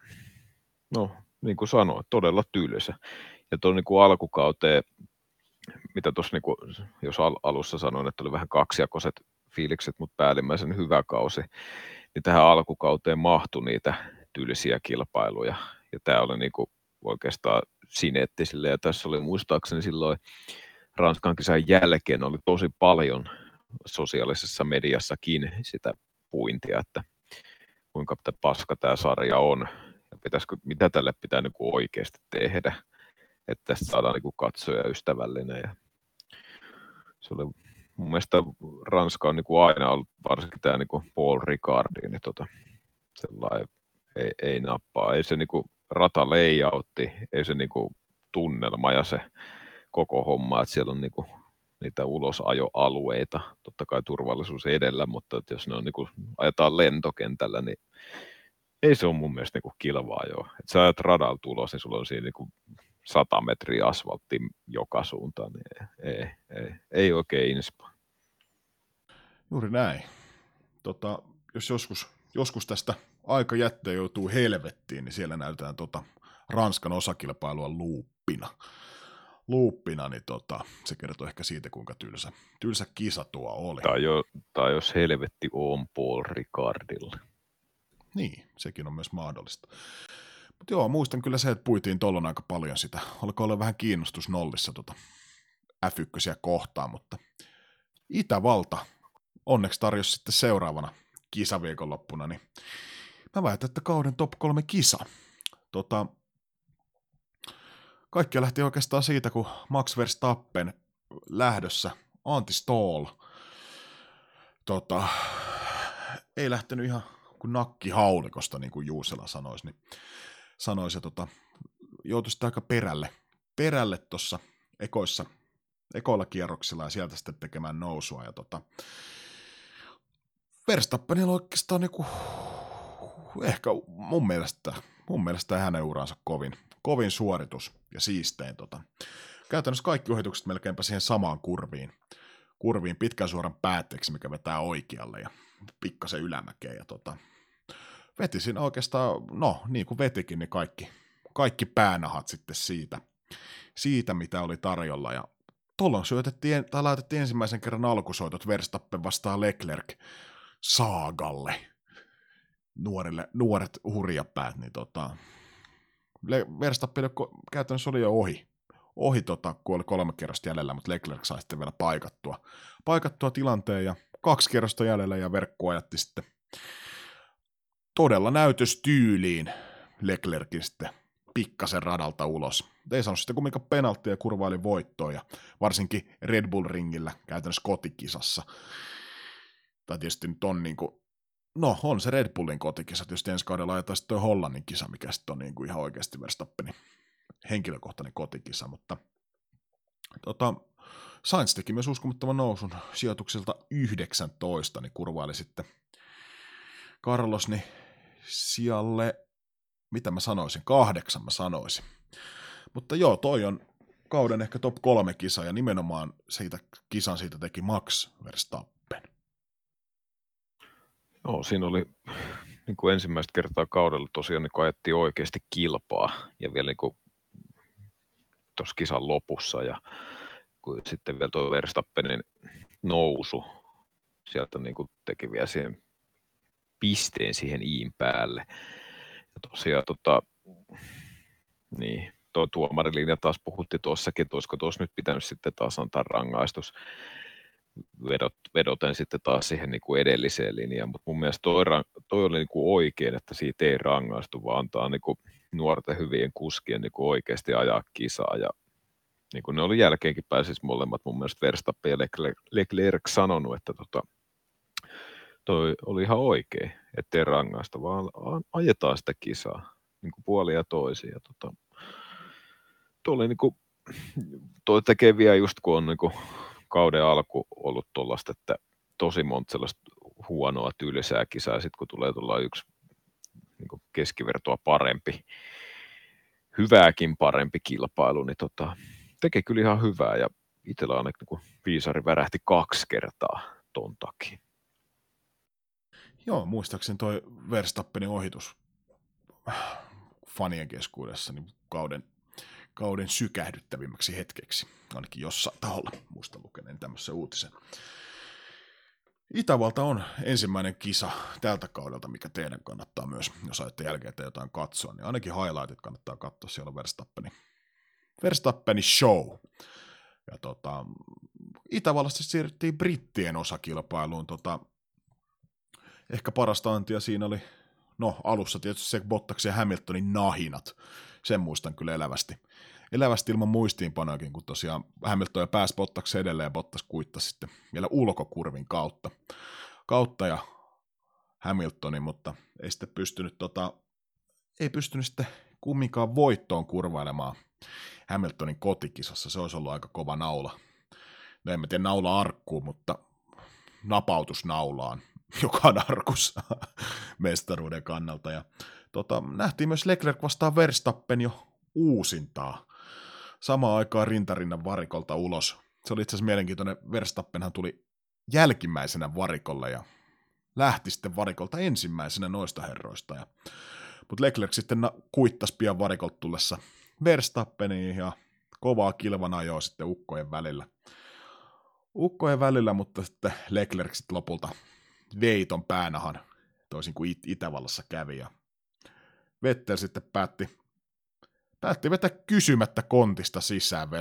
kuin sanoin, todella tylsä. Ja tuon niin alkukauteen, mitä tuossa, niin jos alussa sanoin, että oli vähän kaksijakoiset fiilikset, mutta päällimmäisen hyvä kausi, niin tähän alkukauteen mahtui niitä tylsiä kilpailuja. Ja tämä oli niin kuin oikeastaan sineettisille, ja tässä oli muistaakseni silloin Ranskan kisan jälkeen oli tosi paljon sosiaalisessa mediassakin sitä puintia, että kuinka paska tämä sarja on ja mitä tälle pitää niin kuin oikeasti tehdä, että tästä saadaan niin kuin katsoja ystävällinen. Ja se oli mun mielestä Ranska on niin kuin aina ollut, varsinkin tämä niin kuin Paul Ricardi, niin sellainen ei nappaa. Ei se niin kuin rata layoutti, ei se niin kuin tunnelma ja se koko homma, että siellä on niin kuin niitä ulosajoalueita, totta kai turvallisuus edellä, mutta että jos ne on niin kuin, ajetaan lentokentällä, niin ei se ole mun mielestä niin kuin kilvaa jo. Että sä ajat radalta ulos, niin sulla on siinä niin kuin 100 metriä asfalttia joka suuntaan, niin ei oikein inspa. Juuri näin. Jos joskus tästä aikajätteen joutuu helvettiin, niin siellä näytetään Ranskan osakilpailua luuppina, niin se kertoo ehkä siitä, kuinka tylsä kisa tuo oli. Tai jos helvetti on Paul Ricardille. Niin, sekin on myös mahdollista. Mutta joo, muistan kyllä se, että puitiin tollon aika paljon sitä. Alkoi olla vähän kiinnostus nollissa F1 kohtaan, mutta Itävalta onneksi tarjosi sitten seuraavana kisaviikonloppuna, niin mä väitän, että kauden top 3 kisa. Kaikki lähti oikeastaan siitä, kun Max Verstappen lähdössä anti-stall ei lähtenyt ihan kuin nakki haulikosta, niin kuin Juusela sanoisi ja joutui sitten aika perälle tuossa ekoilla kierroksilla ja sieltä sitten tekemään nousua. Ja Verstappenilla oikeastaan niinku, ehkä mun mielestä hänen uransa kovin suoritus ja siistein. Käytännössä kaikki ohitukset melkeinpä siihen samaan kurviin pitkän suoran päätteeksi, mikä vetää oikealle ja pikkasen ylämäkeen. Ja veti siinä oikeastaan, no niin kuin vetikin, niin kaikki päänahat sitten siitä, mitä oli tarjolla. Ja tuolloin laitettiin ensimmäisen kerran alkusoitot Verstappen vastaan Leclerc saagalle. Nuoret hurjapäät, niin Verstappen käytännössä oli jo ohi kun oli 3 kierrosta jäljellä, mutta Leclerc sai sitten vielä paikattua tilanteen ja 2 kierrosta jäljellä ja verkko ajatti sitten todella näytöstyyliin Leclercin sitten pikkasen radalta ulos. Ei saanut sitten kumminkaan penalttia ja kurvaili voittoon ja varsinkin Red Bull ringillä käytännössä kotikisassa. Tai tietysti nyt on niinku, no on se Red Bullin kotikisa, tietysti ensi kaudella ajetaan sitten toi Hollannin kisa, mikä sitten on niinku ihan oikeasti Verstappenin henkilökohtainen kotikisa, mutta Sainz teki myös uskomattoman nousun sijoitukselta 19, niin kurvaili sitten Carlos niin sijalle, mitä mä sanoisin, 8 mä sanoisin. Mutta joo, toi on kauden ehkä top 3 kisa, ja nimenomaan siitä teki Max Verstappen. Joo, siinä oli niin kuin ensimmäistä kertaa kaudella tosiaan niin ajettiin oikeasti kilpaa, ja vielä niin tuossa kisan lopussa, ja kun sitten vielä tuo Verstappenin nousu, sieltä niin kuin teki vielä siihen pisteen siihen iin päälle. Ja tosiaan niin, tuo tuomarilinja taas puhutti tuossakin, että olisiko tuossa nyt pitänyt sitten taas antaa rangaistus vedoten sitten taas siihen niin kuin edelliseen linjaan, mutta mun mielestä toi oli niin kuin oikein, että siitä ei rangaistu, vaan antaa niin kuin nuorten hyvien kuskien niin kuin oikeasti ajaa kisaa, ja niin kuin ne oli jälkeenkin pääsis molemmat mun mielestä Verstappen ja Leclerc sanonut, että toi oli ihan oikein, ettei rangaista, vaan ajetaan sitä kisaa niin kuin puolin ja toisin. Ja tuo oli niin kuin, toi tekee vielä just kun on niin kuin kauden alku ollut tuollaista, että tosi monta sellaista huonoa tylsää kisaa, ja sitten kun tulee tulla yksi niin kuin keskivertoa parempi, hyvääkin parempi kilpailu, niin tekee kyllä ihan hyvää, ja itsellä ainakin niin viisari värähti 2 kertaa ton takia. Joo, muistaakseni toi Verstappenin ohitus fanien keskuudessa niin kauden sykähdyttävimmäksi hetkeksi, ainakin jossain taholla, muistan lukeneen tämmöisen uutisen. Itävalta on ensimmäinen kisa tältä kaudelta, mikä teidän kannattaa myös, jos ajatte jälkeen jotain katsoa, niin ainakin highlightit kannattaa katsoa, siellä on Verstappenin show. Ja Itävallasta siirryttiin brittien osakilpailuun. Ehkä parasta antia siinä oli, alussa tietysti se Bottaksen ja Hamiltonin nahinat. Sen muistan kyllä elävästi. Elävästi ilman muistiinpanoakin, kun tosiaan Hamilton pääsi Bottaksen edelleen ja Bottas kuittasi sitten vielä ulkokurvin kautta ja Hamiltonin, mutta ei sitten pystynyt sitten kumminkaan voittoon kurvailemaan Hamiltonin kotikisassa. Se olisi ollut aika kova naula. No en mä tiedä naula arkkuun, mutta napautus naulaan, joka on arkussa mestaruuden kannalta. Ja nähtiin myös Leclerc vastaan Verstappen jo uusintaa. Samaan aikaan rintarinnan varikolta ulos. Se oli itse asiassa mielenkiintoinen. Verstappenhan tuli jälkimmäisenä varikolle ja lähti sitten varikolta ensimmäisenä noista herroista. Mutta Leclerc sitten kuittasi pian varikolta tullessa Verstappeniin ja kovaa kilvan ajoa sitten ukkojen välillä, mutta sitten Leclerc sitten lopulta vei ton päänahan, toisin kuin Itävallassa kävi. Ja Vettel sitten päätti vetää kysymättä kontista sisään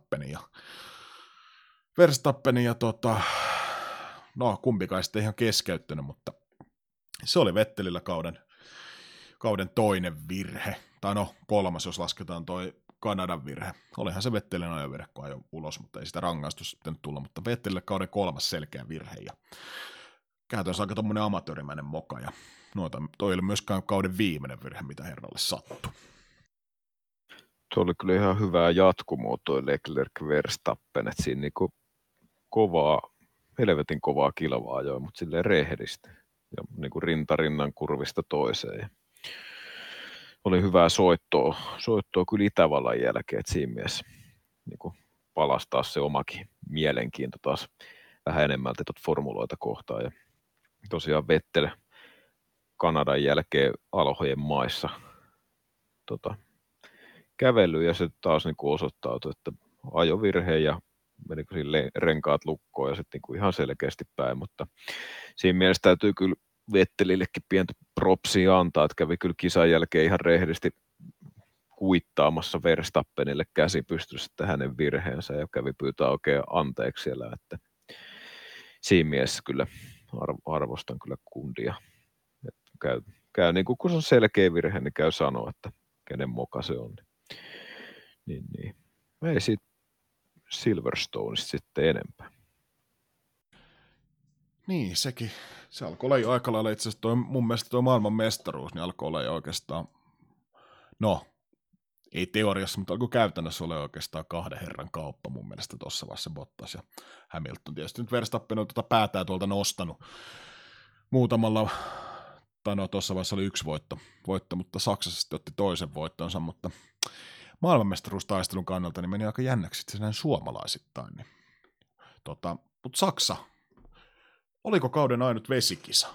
Verstappeni ja kumpikaan sitten ihan keskeyttänyt, mutta se oli Vettelillä kauden toinen virhe, tai kolmas, jos lasketaan toi Kanadan virhe. Olihan se Vettelin ajovirhe, kun ajoi ulos, mutta ei sitä rangaistus sitten tulla, mutta Vettelille kauden kolmas selkeä virhe, ja käytännössä aika tommonen amatöörimäinen moka, ja toi oli myöskään kauden viimeinen virhe, mitä herralle sattui. Tuo oli kyllä ihan hyvää jatkumoa tuo Leclerc Verstappen, että siinä niinku helvetin kovaa kilvaa ajoi, mutta silleen rehdisti ja niinku rintarinnan kurvista toiseen. Oli hyvää soittoa kyllä Itävallan jälkeen, että siinä mielessä niin palasi taas se omakin mielenkiinto taas vähän enemmälti formuloita kohtaan. Ja tosiaan Vettel Kanadan jälkeen alhojen maissa kävely ja se taas niin osoittautui, että ajovirhe ja meni renkaat lukkoon ja sitten niin ihan selkeästi päin, mutta siinä mielessä täytyy kyllä Vettelillekin pientä propsia antaa, että kävi kyllä kisan jälkeen ihan rehdisti kuittaamassa Verstappenille käsi pystyssä hänen virheensä ja kävi pyytää oikein anteeksi siellä, että siinä mielessä kyllä arvostan kyllä kundia. Että käy niin kuin kun se on selkeä virhe, niin käy sanoa, että kenen moka se on. Niin. Ei siitä Silverstoneista sitten enempää. Niin, se alkoi olla jo aika lailla itse asiassa mun mielestä tuo maailman mestaruus, niin alkoi olla jo oikeastaan, ei teoriassa, mutta alkoi käytännössä olla oikeastaan kahden herran kauppa mun mielestä tuossa vaiheessa Bottas ja Hamilton. Tietysti nyt Verstappen on päätään tuolta nostanut muutamalla, tai tuossa vaiheessa oli yksi voitto, mutta Saksassa sitten otti toisen voittonsa, mutta maailmanmestaruustaistelun kannalta niin meni aika jännäksi sitten näin suomalaisittain. Niin. Mutta Saksa, oliko kauden ainut vesikisa?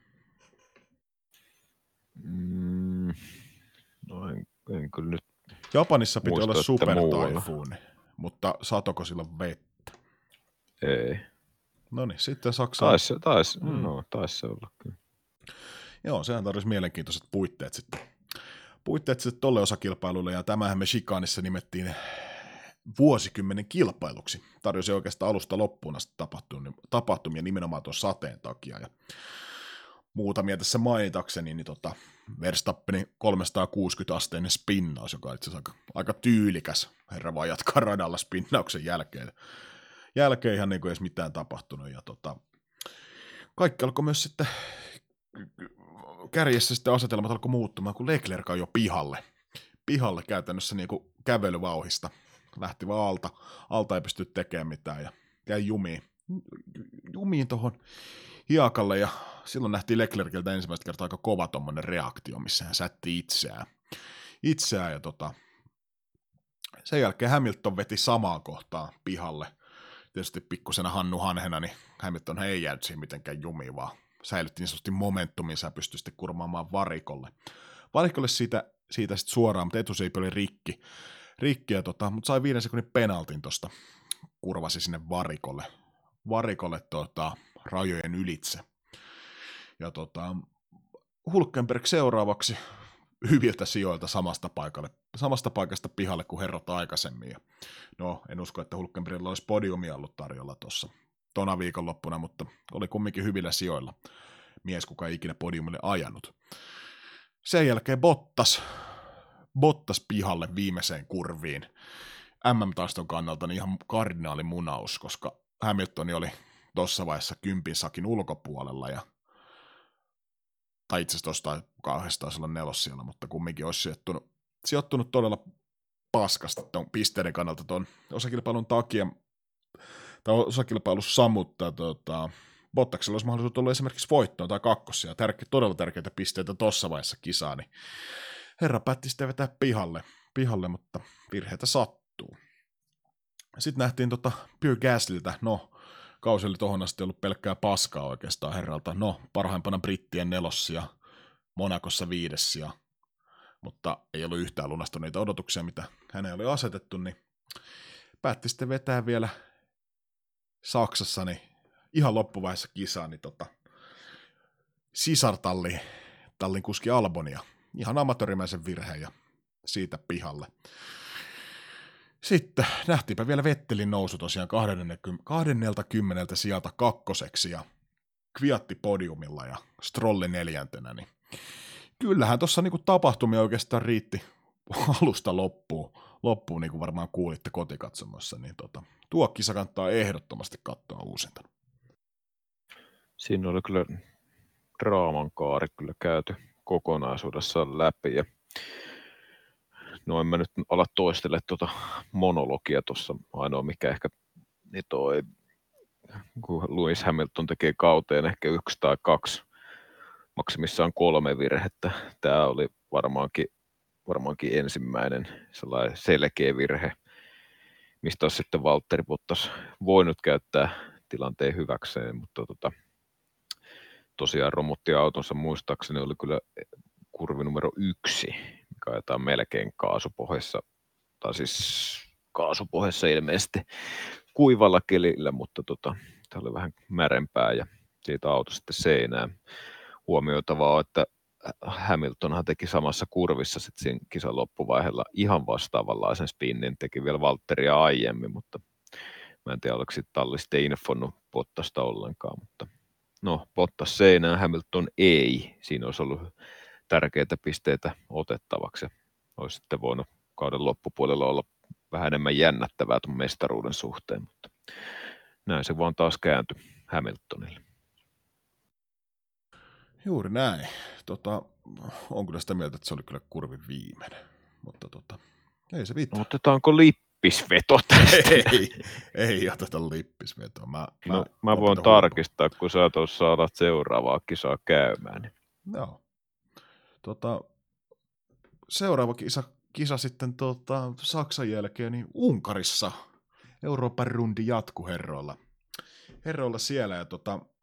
No en kyllä nyt Japanissa piti muista, olla Super Typhoon, mutta satoko silloin vettä? Ei. No niin, sitten Saksa... Taisi se olla kyllä. Joo, sehän tarvitsisi mielenkiintoiset puitteet sitten tolle osakilpailulle, ja tämähän me Chicaneissa nimettiin vuosikymmenen kilpailuksi. Tarjosi oikeastaan alusta loppuun asti tapahtumia nimenomaan tuon sateen takia, ja muutamia tässä mainitakseni, niin Verstappenin 360-asteinen spinnaus, joka on itse asiassa aika tyylikäs, herra vaan jatkaa radalla spinnauksen jälkeen ihan niin kuin ei edes mitään tapahtunut, ja kaikki alkoi myös sitten kärjessä sitten asetelmat alkoi muuttumaan, kun Leclerc on jo pihalle käytännössä niin kuin kävelyvauhista. Lähti vaan alta ei pysty tekemään mitään ja jäi jumiin tuohon hiekalle ja silloin nähtiin Leclerciltä ensimmäistä kertaa aika kova tommonen reaktio, missä hän sätti itseään ja sen jälkeen Hamilton veti samaan kohtaan pihalle. Tietysti pikkusena Hannu Hanhena, niin Hamilton ei jäänyt siihen mitenkään jumiin, vaan säilytti niin sanotusti momentuminsa ja pystyi sitten kurmaamaan varikolle. Varikolle siitä sitten suoraan, mutta etuseipi oli rikki mutta sai 5 sekunnin penaltin tuosta, kurvasi sinne varikolle rajojen ylitse. Ja Hulkenberg seuraavaksi hyviltä sijoilta samasta samasta paikasta pihalle kuin herrat aikaisemmin. Ja no, en usko, että Hulkenbergillä olisi podiumia ollut tarjolla tuossa tona viikonloppuna, mutta oli kumminkin hyvillä sijoilla mies, kuka ei ikinä podiumille ajanut. Sen jälkeen Bottas pihalle viimeiseen kurviin. MM-taiston kannalta niin ihan kardinaalimunaus, koska Hamilton oli tuossa vaiheessa 10 sakin ulkopuolella, tai itse asiassa tuosta kauheasti taisi olla 4 siellä, mutta kumminkin olisi sijoittunut todella paskasti tuon pisteiden kannalta tuon osakilpailun takia, tai osakilpailussa sammuttaa Bottaksella olisi mahdollisuus olla esimerkiksi voittoon tai kakkosia, todella tärkeitä pisteitä tuossa vaiheessa kisaa, niin herra päätti sitten vetää pihalle, mutta virheitä sattuu. Sitten nähtiin Pierre Gaslyltä, no kausi oli tohon asti ollut pelkkää paskaa oikeastaan herralta, no parhaimpana brittien 4. Monakossa 5. mutta ei ollut yhtään lunastunut niitä odotuksia, mitä häneen oli asetettu, niin päätti sitten vetää vielä Saksassa niin ihan loppuvaiheessa kisaa, niin sisartallin kuski Albonia. Ihan amatöörimäisen virheen ja siitä pihalle. Sitten nähtiinpä vielä Vettelin nousu tosiaan 20 sieltä 2. ja Kviatti podiumilla ja Strolli 4. Niin kyllähän tuossa niinku tapahtumia oikeastaan riitti alusta loppuun niin kuin varmaan kuulitte kotikatsomossa, niin tuo kisa kannattaa ehdottomasti katsoa uusintana. Siinä oli kyllä draaman kaari kyllä käyty kokonaisuudessaan läpi, ja no en mä nyt ala toistele monologia tuossa, ainoa mikä ehkä niin kun Lewis Hamilton tekee kauteen ehkä 1 tai 2, maksimissaan 3 virhettä, tämä oli varmaankin ensimmäinen sellainen selkeä virhe, mistä olisi sitten Valtteri Bottas voinut käyttää tilanteen hyväkseen, mutta tosiaan romutti autonsa, muistaakseni oli kyllä kurvi numero 1, mikä ajetaan melkein kaasupohjassa, tai siis kaasupohjassa ilmeisesti kuivalla kelillä, mutta tämä oli vähän märempää ja siitä auto sitten seinään. Huomioitavaa on, että Hamiltonhan teki samassa kurvissa sitten siinä kisan loppuvaiheella ihan vastaavanlaisen spinnin, teki vielä Valtteria aiemmin, mutta mä en tiedä, oliko sitten talli sitten infonnut Bottasta ollenkaan, mutta no, Bottas seinään, Hamilton ei. Siinä olisi ollut tärkeitä pisteitä otettavaksi. Olisi sitten voinut kauden loppupuolella olla vähän enemmän jännättävää tuon mestaruuden suhteen, mutta näin se vaan taas kääntyi Hamiltonille. Juuri näin. On kyllä sitä mieltä, että se oli kyllä kurvin viimeinen, mutta ei se vittu. Otetaanko lippisveto tästä? Ei oteta lippisvetoa. Mä voin tarkistaa, kun sä tuossa alat seuraavaa kisaa käymään. Niin. Joo. Seuraava kisa sitten Saksan jälkeen niin Unkarissa. Euroopan rundi jatku herroilla siellä ja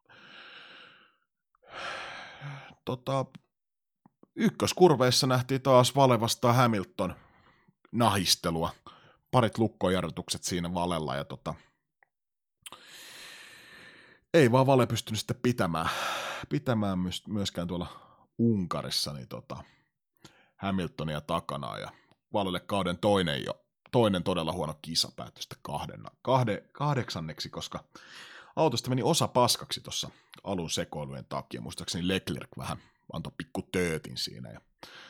ykköskurveissa nähtiin taas Vale vastaan Hamilton nahistelua. Parit lukkojarrutukset siinä Valella ja ei vaan Vale pystynyt sitten pitämään myöskään tuolla Unkarissa niin Hamiltonia takana ja Valelle kauden toinen todella huono kisa päättyi sitten 8. koska autosta meni osa paskaksi tuossa alun sekoilujen takia. Muistaakseni Leclerc vähän antoi pikku töötin siinä. Ja,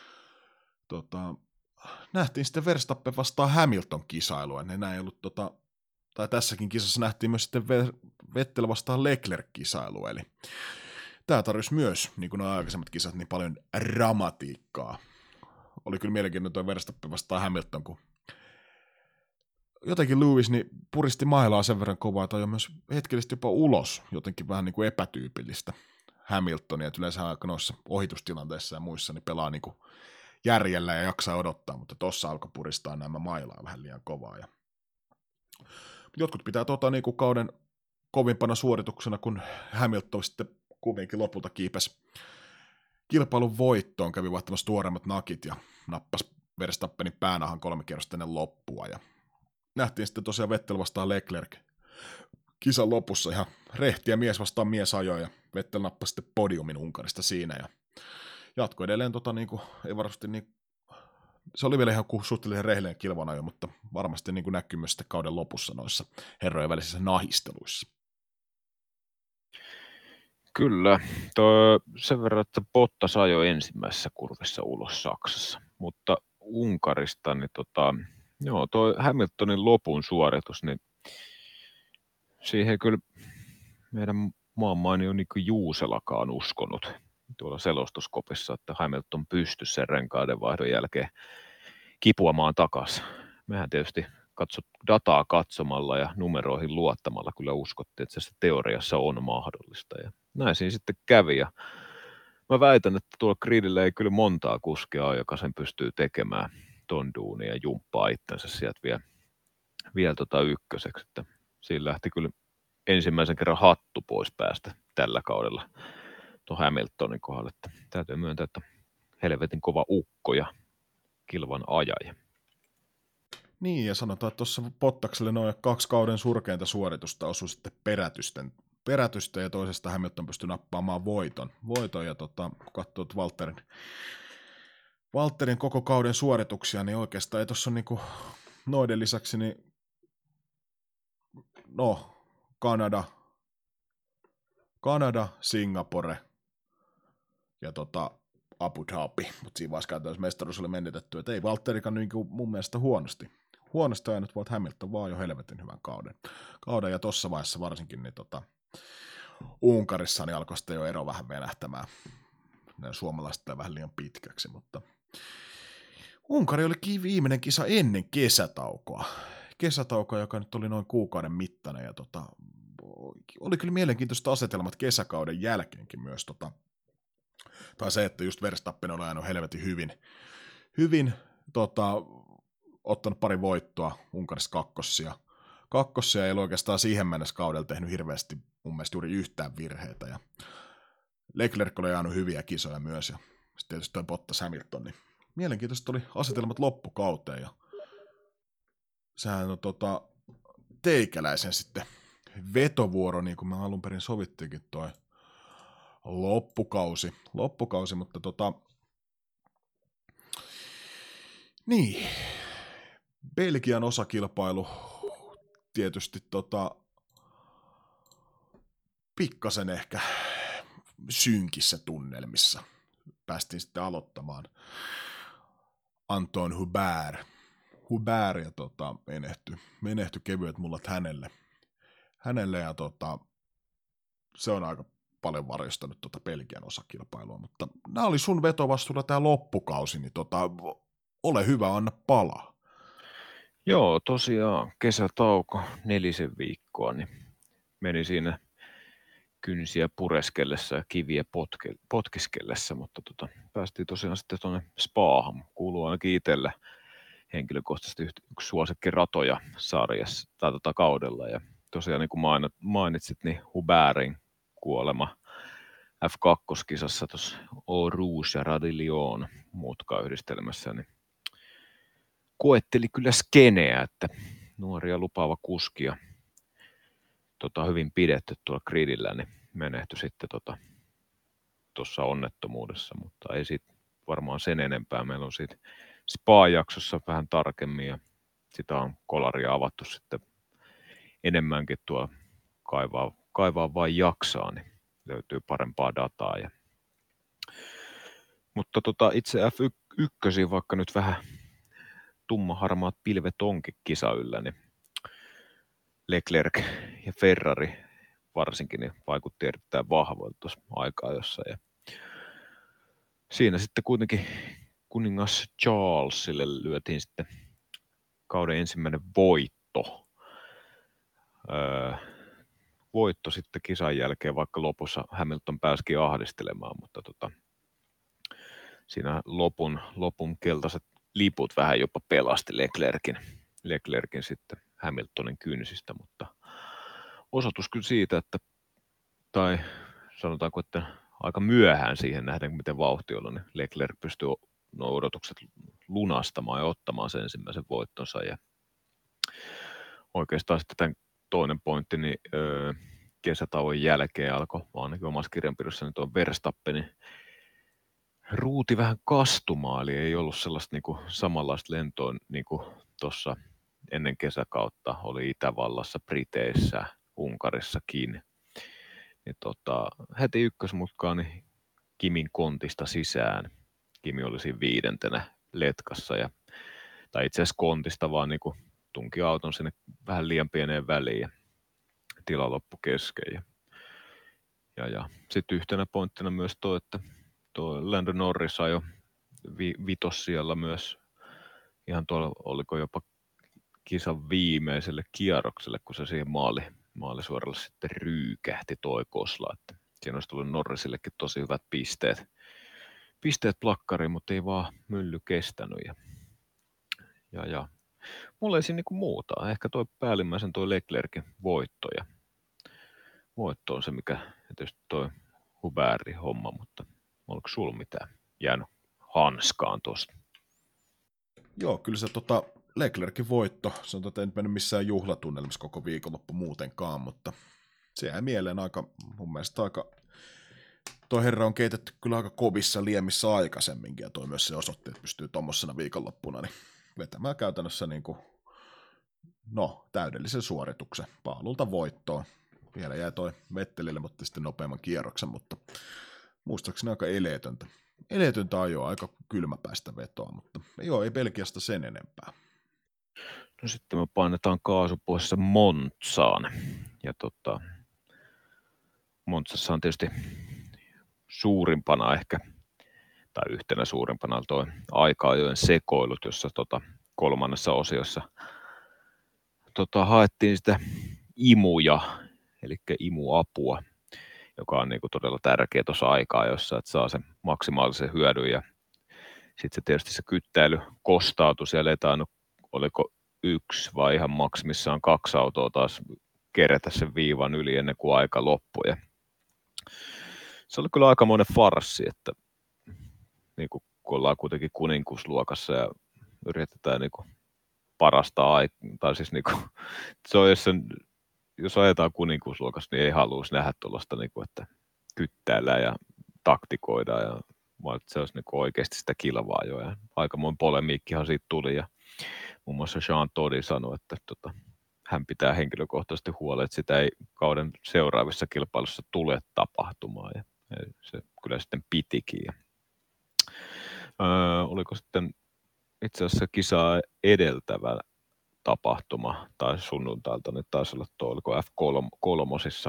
nähtiin sitten Verstappen vastaan Hamilton kisailua. Ne ei ollut, tai tässäkin kisassa nähtiin myös sitten Vettel vastaan Leclerc kisailua. Eli tämä tarvitsi myös, niin kuin nuo aikaisemmat kisat, niin paljon dramatiikkaa. Oli kyllä mielenkiintoinen tuo Verstappen vastaan Hamilton, kun jotenkin Lewis niin puristi mailaa sen verran kovaa, tai on myös hetkellisesti jopa ulos, jotenkin vähän niin kuin epätyypillistä Hamiltonia, että yleensä aika noissa ohitustilanteissa ja muissa niin pelaa niin kuin järjellä ja jaksaa odottaa, mutta tossa alkoi puristaa nämä mailaa vähän liian kovaa. Ja jotkut pitää niin kuin kauden kovimpana suorituksena, kun Hamilton sitten kuitenkin lopulta kiipesi kilpailun voittoon, kävi vaihtamassa tuoreimmat nakit ja nappasi Verstappenin päänahan 3 kierrosta ennen loppua. Ja nähtiin sitten tosiaan Vettel vastaan Leclerc kisan lopussa ihan rehtiä mies vastaan mies ajoi ja Vettel nappasi sitten podiumin Unkarista siinä ja jatkoi edelleen niin kuin, ei varmasti niin se oli vielä ihan suhteellisen rehellinen kilvanajo, mutta varmasti niin kuin näkyy myös sitten kauden lopussa noissa herrojen välisissä nahisteluissa. Kyllä, sen verran, että Bottas ajoi ensimmäisessä kurvissa ulos Saksassa, mutta Unkarista, niin joo, toi Hamiltonin lopun suoritus, niin siihen kyllä meidän maanmaini on niin kuin Juuselakaan uskonut tuolla selostuskopissa, että Hamilton pystyi sen renkaiden vaihdon jälkeen kipuamaan takaisin. Mehän tietysti dataa katsomalla ja numeroihin luottamalla kyllä uskottiin, että se teoriassa on mahdollista. Ja näin siinä sitten kävi. Ja mä väitän, että tuolla gridillä ei kyllä montaa kuskia ole, joka sen pystyy tekemään ton duunia ja jumppaa itsensä sieltä vielä ykköseksi. Että siinä lähti kyllä ensimmäisen kerran hattu pois päästä tällä kaudella tuon Hamiltonin kohdalle. Että täytyy myöntää, että helvetin kova ukko ja kilvan ajaja. Niin, ja sanotaan, että tuossa Bottakselle noin 2 kauden surkeinta suoritusta osui sitten perätystä ja toisesta Hamilton pystyi nappaamaan voiton ja kun katsoo Valtterin koko kauden suorituksia, niin oikeastaan ei tuossa niinku noiden lisäksi, niin Kanada, Singapore ja Abu Dhabi, mutta siinä vaiheessa käytännössä mestaruus oli menetetty, että ei Valtterikaan niinku mun mielestä huonosti ajanut, vaan Hamilton vaan jo helvetin hyvän kauden ja tuossa vaiheessa varsinkin niin Unkarissa niin alkoi sitten jo ero vähän venähtämään. Ne suomalaiset vähän liian pitkäksi, mutta Unkari oli viimeinen kisa ennen kesätaukoa, joka nyt oli noin kuukauden mittainen, ja oli kyllä mielenkiintoista asetelmat kesäkauden jälkeenkin myös, tai se, että just Verstappen on ajanut helvetin hyvin ottanut pari voittoa Unkarissa kakkosia, ei ole oikeastaan siihen mennessä kaudella tehnyt hirveästi mun mielestä juuri yhtään virheitä, ja Leclerc oli ajanut hyviä kisoja myös, ja sitten tietysti toi Bottas Hamilton, niin mielenkiintoista oli asetelmat loppukauteen, ja sehän on teikäläisen sitten vetovuoro, niin kuin me alun perin sovittiinkin toi loppukausi, mutta niin, Belgian osakilpailu tietysti pikkasen ehkä synkissä tunnelmissa. Päästiin sitten aloittamaan Anton Hubert ja menehtyi kevyet mullat hänelle ja se on aika paljon varjostanut Belgian osakilpailua, mutta nämä oli sun vetovastuulla tämä loppukausi, niin ole hyvä, anna palaa. Joo, tosiaan kesätauko 4 viikkoa, niin meni siinä kynsiä pureskellessa ja kiviä potkiskellessa, mutta päästiin tosiaan sitten tuonne Spaahan. Kuuluu ainakin itsellä henkilökohtaisesti yksi suosikkiratoja sarjassa tai kaudella. Ja tosiaan niin kuin mainitsit, niin Hubertin kuolema F2-kisassa tuossa Eau Rouge ja Radillon mutkayhdistelmässä, niin koetteli kyllä skeneä, että nuoria lupaava kuski ja hyvin pidetty tuolla gridillä, niin menehtyi sitten tuossa onnettomuudessa, mutta ei siitä varmaan sen enempää. Meillä on siitä Spa-jaksossa vähän tarkemmin ja sitä on kolaria avattu sitten enemmänkin tuo kaivaa vain jaksaa, niin löytyy parempaa dataa. Mutta itse F1, vaikka nyt vähän tummaharmaat pilvet onkin kisa yllä, niin Leclerc ja Ferrari varsinkin niin vaikutti erittäin vahvoilta tuossa aikaa jossain. Ja siinä sitten kuitenkin kuningas Charlesille lyötiin sitten kauden ensimmäinen voitto. Voitto sitten kisan jälkeen, vaikka lopussa Hamilton pääsikin ahdistelemaan, mutta siinä lopun keltaiset liput vähän jopa pelasti Leclerkin sitten Hamiltonin kynsistä, mutta osoitus kyllä siitä, että tai sanotaanko, että aika myöhään siihen nähden, miten vauhti oli, niin Leclerc pystyi nuo odotukset lunastamaan ja ottamaan sen ensimmäisen voittonsa. Ja oikeastaan sitten tämän toinen pointti, niin kesätauon jälkeen alkoi, ainakin omassa kirjanpidossa, niin tuon Verstappenin ruuti vähän kastumaan, eli ei ollut sellaista niin kuin samanlaista lentoa niin kuin tuossa ennen kesäkautta oli Itävallassa, Briteissä, Unkarissakin. Niin heti ykkösmutkaan niin Kimin kontista sisään. Kimi oli siinä 5. letkassa, tai itse asiassa kontista vaan niin kuin tunki auton sinne vähän liian pieneen väliin ja tila loppu kesken. Ja sitten yhtenä pointtina myös että tuo Lando Norris ajoi vitossijalla myös ihan tuolla, oliko jopa kisan viimeiselle kierrokselle, kun se siihen maalisuoralle sitten ryykähti toi Kosla. Että siinä olisi tullut Norrisillekin tosi hyvät pisteet plakkariin, mutta ei vaan mylly kestänyt. Ja mulla ei siinä niinku muuta. Ehkä toi päällimmäisen toi Leclercin voitto on se, mikä tietysti toi Hubertin homma, mutta oliko sulla mitään jäänyt hanskaan tuosta? Joo, kyllä se Leclercin voitto, sanotaan, että ei nyt mennyt missään juhlatunnelmissa koko viikonloppu muutenkaan, mutta se jäi mieleen mun mielestä toi herra on keitetty kyllä aika kovissa liemissä aikaisemminkin, ja toi myös se osoitti, että pystyy tommosena viikonloppuna niin vetämään käytännössä täydellisen suorituksen paalulta voittoon. Vielä jäi toi Vettelille, mutta sitten nopeamman kierroksen, mutta muistaakseni aika eleetöntä ajoa, aika kylmäpäistä vetoa, mutta joo, ei Belgiasta sen enempää. No sitten me painetaan kaasupuolessa Montsaan. Ja Montsassa on tietysti suurimpana ehkä, tai yhtenä suurimpana tuo aika-ajojen sekoilut, jossa 3. osiossa haettiin sitä imuja, eli imuapua, joka on niinku todella tärkeä tuossa aika-ajossa, että saa sen maksimaalisen hyödyn. Ja sitten tietysti se kyttäily kostautui, siellä ei tainnut, oliko 1 vai ihan maksimissaan 2 autoa taas kerätä sen viivan yli ennen kuin aika loppui. Ja se oli kyllä aikamoinen farssi, että niin kun ollaan kuitenkin kuninkuusluokassa ja yritetään niin parasta aikaa, tai siis niin kuin, se on, jos ajetaan kuninkuusluokassa, niin ei haluaisi nähdä tuollaista, niin että kyttäillään ja taktikoidaan, ja se olisi niin oikeasti sitä kilvaa jo, ja aikamoinen polemiikkihan siitä tuli, ja muun muassa Jean Todt sanoi, että hän pitää henkilökohtaisesti huolen, että sitä ei kauden seuraavissa kilpailussa tule tapahtumaan, ja se kyllä sitten pitikin. Oliko sitten itse asiassa kisaa edeltävä tapahtuma, tai sunnuntailta nyt taisi olla oliko F3,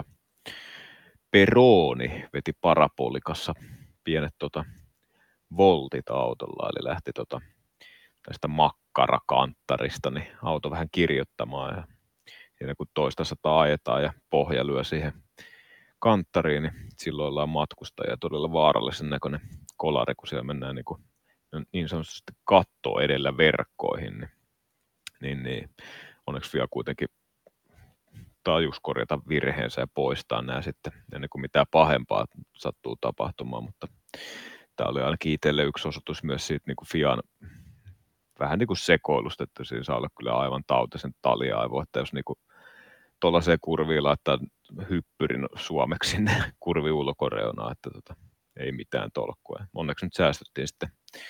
Peroni veti parapolikassa pienet voltit autolla, eli lähti tästä makkarakanttarista, niin auto vähän kirjoittamaan, ja siinä kun 200 ajetaan ja pohja lyö siihen kanttariin, niin silloin ollaan matkustajia, todella vaarallisen näköinen kolari, kun siellä mennään niin sanotusti katto edellä verkkoihin, niin onneksi vielä kuitenkin tajus korjata virheensä ja poistaa nämä sitten ennen kuin mitään pahempaa sattuu tapahtumaan, mutta tämä oli ainakin itselle yksi osoitus myös siitä niin kuin FIAn vähän niin kuin sekoilusta, että siinä saa olla kyllä aivan tautisen taliaivo, että jos niin kuin tuollaiseen kurviin laittaa hyppyrin suomeksi sinne kurvi ulkoreunaan, että ei mitään tolkkua. Onneksi nyt säästettiin sitten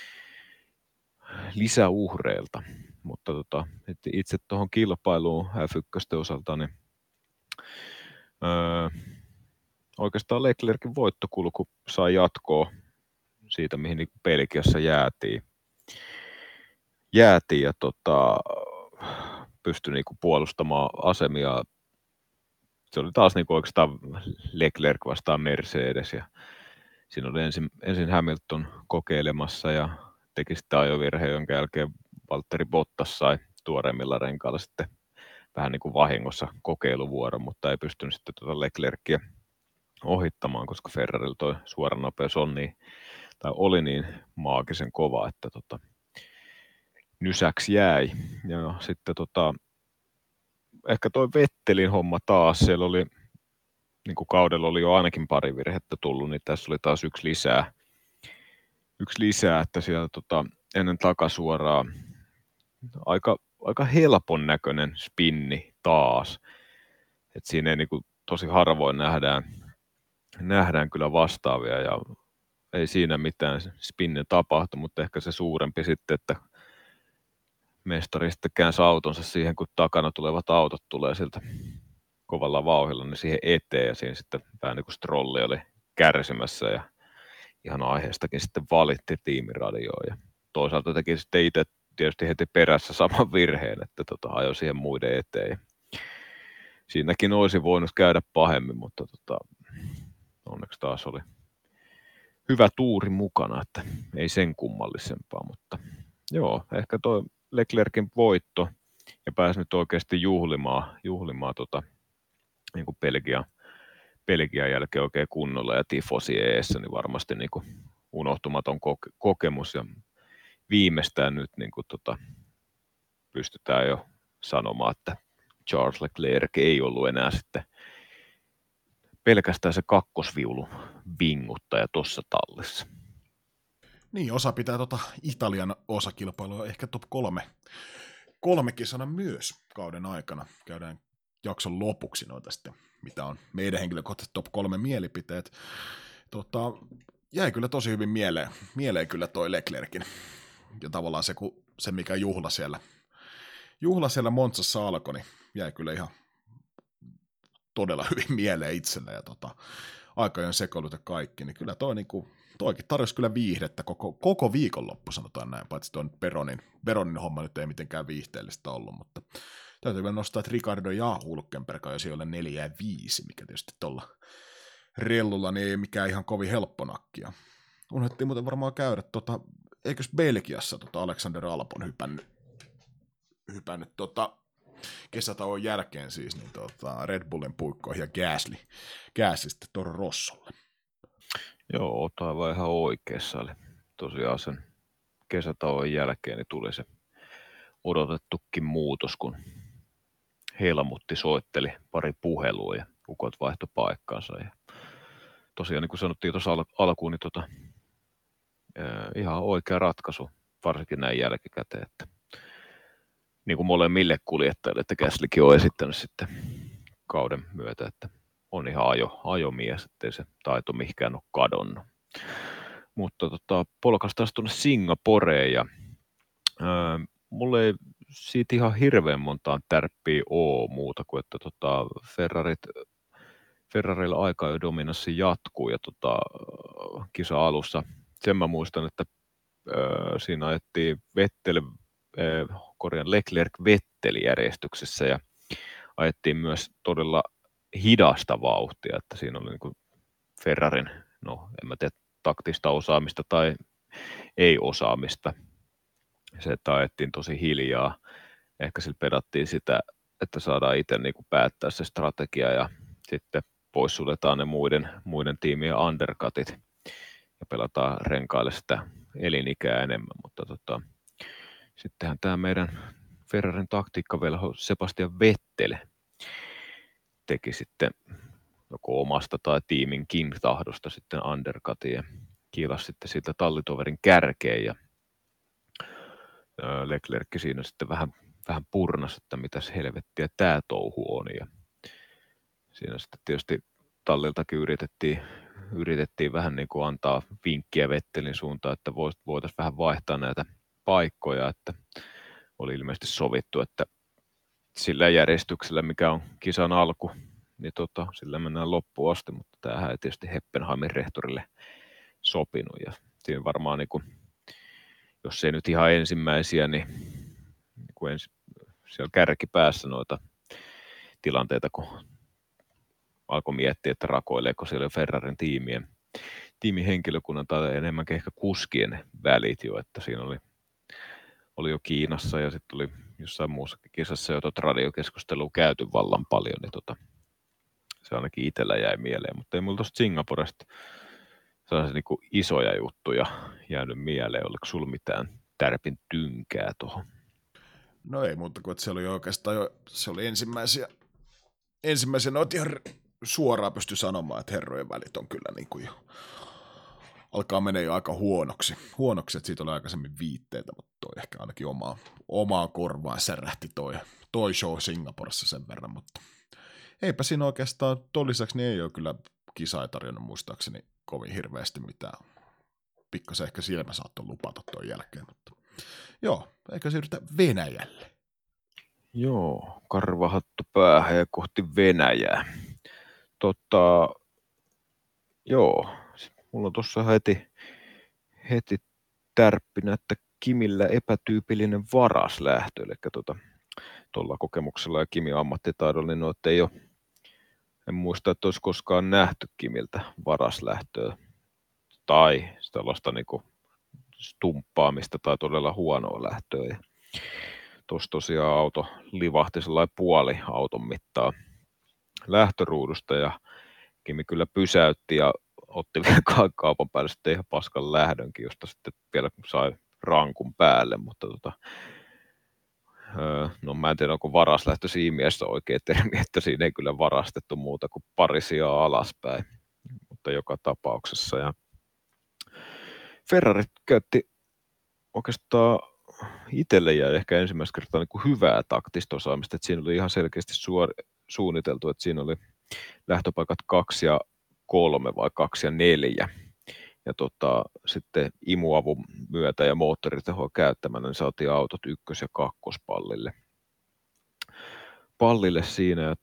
lisäuhreilta, mutta itse tuohon kilpailuun F1 osalta, niin oikeastaan Leclercin voittokulku sai jatkoa siitä, mihin niin Belgiassa jäätiin ja pystyi niin kuin puolustamaan asemia. Se oli taas niin kuin oikeastaan Leclerc vastaan Mercedes, ja siinä oli ensin Hamilton kokeilemassa ja teki sitten ajovirheen, jonka jälkeen Valtteri Bottas sai tuoreimmilla renkailla sitten vähän niin kuin vahingossa kokeiluvuoron, mutta ei pystynyt sitten Leclercia ohittamaan, koska Ferrarilla toi suoranopeus oli niin maagisen kova, että nysäksi jäi. Ja sitten ehkä toi Vettelin homma taas, siellä oli niin kuin kaudella oli jo ainakin pari virhettä tullut, niin tässä oli taas yksi lisää, että siellä ennen takasuoraa aika helpon näköinen spinni taas. Et siinä ei niin kuin, tosi harvoin nähdään kyllä vastaavia, ja ei siinä mitään spinne tapahtu, mutta ehkä se suurempi sitten, että mestari sitten käänsi autonsa siihen, kun takana tulevat autot tulee siltä kovalla vauhdilla, niin siihen eteen, ja siinä sitten vähän niin kuin Strolli oli kärsimässä, ja ihan aiheestakin sitten valitti tiimiradioon, ja toisaalta teki sitten itse tietysti heti perässä saman virheen, että ajoi siihen muiden eteen, ja siinäkin olisi voinut käydä pahemmin, mutta onneksi taas oli hyvä tuuri mukana, että ei sen kummallisempaa, mutta joo, ehkä tuo Leclerkin voitto, ja pääsi nyt oikeasti juhlimaan niin kuin Belgian jälkeen oikein kunnolla ja tifosi eessä, niin varmasti niin kuin unohtumaton kokemus, ja viimeistään nyt niin kuin pystytään jo sanomaan, että Charles Leclerc ei ollut enää sitten pelkästään se kakkosviulu vinguttaja tuossa tallissa. Niin, osa pitää Italian osakilpailua ehkä top 3 kisana myös kauden aikana. Käydään jakson lopuksi noita sitten, mitä on meidän henkilökohtaiset top 3 mielipiteet. Jäi kyllä tosi hyvin mieleen kyllä toi Leclerkin. Ja tavallaan se mikä juhla siellä Monzassa alkoi, niin jäi kyllä ihan todella hyvin mieleen itsellä. Ja aikojen sekoilut ja kaikki, niin kyllä toikin tarjosi kyllä viihdettä koko viikonloppu, sanotaan näin, paitsi tuon Beronin homma nyt ei mitenkään viihteellistä ollut, mutta täytyy vielä nostaa, että Ricardo ja Hulkenberg on jo 4 ja 5, mikä tietysti tuolla rellulla niin ei mikään ihan kovin helppo nakkia. Unohdettiin muuten varmaan käydä, eikös Belgiassa Alexander Albon hypännyt kesätauon jälkeen siis niin Red Bullin puikkoihin ja Gasly sitten Toro Rossolle. Joo, oot aivan ihan oikeassa. Eli tosiaan sen kesätauon jälkeen niin tuli se odotettukin muutos, kun Helmutti soitteli pari puhelua ja ukot vaihtoi paikkaansa. Ja tosiaan niin kuin sanottiin tuossa alkuun, niin ihan oikea ratkaisu, varsinkin näin jälkikäteen, että niin kuin molemmille kuljettajille, että Gaslykin on esittänyt sitten kauden myötä, että on ihan ajomies, ettei se taito mihinkään ole kadonnut. Mutta polkaistaan tuonne Singaporeen, ja mulle ei siitä ihan hirveän montaan tärppiä ole muuta kuin, että Ferrarilla aika jo dominanssi jatkuu, ja kisa alussa sen mä muistan, että siinä ajettiin Leclerc Vetteli järjestyksessä, ja ajettiin myös todella hidasta vauhtia, että siinä oli niin kuin Ferrarin, no en mä tiedä, taktista osaamista tai ei-osaamista. Se, että ajettiin tosi hiljaa. Ehkä sillä pedattiin sitä, että saadaan itse niin kuin päättää se strategia, ja sitten poissuljetaan ne muiden tiimien undercutit ja pelataan renkaille sitä elinikää enemmän. Mutta sittenhän tämä meidän Ferrarin taktiikkavelho Sebastian Vettel teki sitten joko omasta tai tiiminkin tahdosta sitten undercutin ja kiilasi sitten siitä tallitoverin kärkeen, ja Leclerc siinä sitten vähän purnas, että mitäs helvettiä tämä touhu on, ja siinä sitten tietysti talliltakin yritettiin vähän niin kuin antaa vinkkiä Vettelin suuntaan, että voitaisiin vähän vaihtaa näitä paikkoja, että oli ilmeisesti sovittu, että sillä järjestyksellä, mikä on kisan alku, niin sillä mennään loppuun asti, mutta tämähän ei tietysti Heppenheimin rehtorille sopinut, ja siinä varmaan, niin kuin, jos ei nyt ihan ensimmäisiä, niin kuin siellä kärkipäässä noita tilanteita, kun alkoi miettiä, että rakoileeko siellä Ferrarin tiimin henkilökunnan tai enemmänkin ehkä kuskien välit jo, että siinä oli jo Kiinassa ja sitten oli jossain muussakin kisassa jo radiokeskustelua käyty vallan paljon, niin se ainakin itsellä jäi mieleen, mutta ei mulla tuosta Singaporesta sellaisia niin kuin isoja juttuja jäänyt mieleen. Oliko sulla mitään tärpin tynkää tuohon? No ei muuta kuin, että se oli oikeastaan se oli ensimmäisiä noita ihan suoraan pysty sanomaan, että herrojen välit on kyllä niin kuin jo alkaa mennä jo aika huonoksi, että siitä oli aikaisemmin viitteitä, mutta toi ehkä ainakin omaan korvaan särähti toi show Singaporessa sen verran, mutta eipä siinä oikeastaan, tuon lisäksi niin ei ole kyllä kisaa tarjonnut muistaakseni kovin hirveästi mitään pikkasen ehkä silmä saattoi lupata tuon jälkeen. Mutta joo, eikä siirrytä Venäjälle. Joo, karvahattu päähän ja kohti Venäjää. Joo, mulla on tuossa heti tärppinä, että Kimillä epätyypillinen varaslähtö, eli tuolla kokemuksella ja Kimin ammattitaidolla, niin noita ei ole, en muista, että olisi koskaan nähty Kimiltä varaslähtöä tai sellaista niinku stumppaamista tai todella huonoa lähtöä. Tuossa tosiaan auto livahti sellainen puoli auton mittaa lähtöruudusta ja Kimi kyllä pysäytti ja otti vielä kaupan päälle sitten ihan paskan lähdönkin, josta sitten vielä sai rankun päälle, mutta no mä en tiedä, onko varaslähtö siinä mielessä oikea termi, että siinä ei kyllä varastettu muuta kuin pari sijaa alaspäin, mutta joka tapauksessa. Ja Ferrari käytti oikeastaan itselle jäi ehkä ensimmäistä kertaa niin kuin hyvää taktista osaamista, että siinä oli ihan selkeästi suunniteltu, että siinä oli lähtöpaikat 2 ja 3 vai 2 ja 4. Ja sitten imuavun myötä ja moottoritehoa käyttämällä niin saatiin autot 1- ja 2-pallille. Siinä ja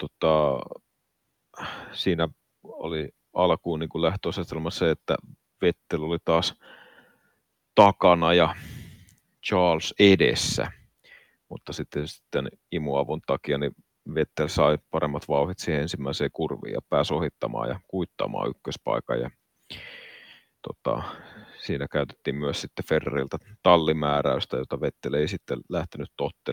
siinä oli alkuun niin kuin lähtöasetelma se, että Vettel oli taas takana ja Charles edessä, mutta sitten imuavun takia niin Vettel sai paremmat vauhdit siihen ensimmäiseen kurviin ja pääsi ohittamaan ja kuittaamaan ykköspaikan. Ja siinä käytettiin myös sitten Ferrarilta tallimääräystä, jota Vettel ei sitten lähtenyt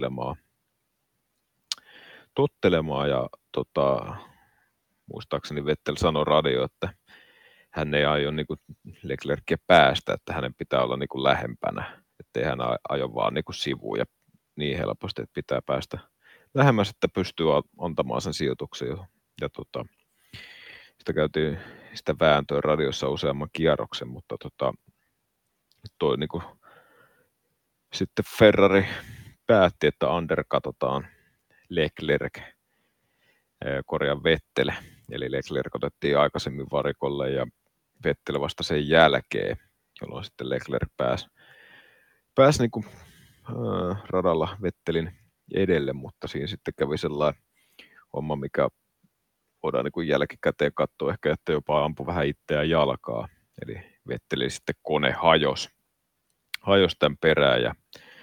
tottelemaan ja muistaakseni Vettel sanoi radio, että hän ei aio niin kuin Leclercia päästä, että hänen pitää olla niin kuin lähempänä, ettei hän aio vaan niin kuin sivuun ja niin helposti, että pitää päästä lähemmäs, että pystyy antamaan sen sijoituksen. Ja sitä käytiin sitä vääntöä radiossa useamman kierroksen, mutta niin kuin, sitten Ferrari päätti, että undercutataan Leclerc, Vettel, eli Leclerc otettiin aikaisemmin varikolle ja Vettel vasta sen jälkeen, jolloin sitten Leclerc pääsi niin kuin, radalla Vettelin edelle, mutta siinä sitten kävi sellainen homma, mikä voidaan niin kuin jälkikäteen katsoa ehkä, että jopa ampui vähän itseään jalkaa. Eli Vettelin sitten kone hajosi tämän perään ja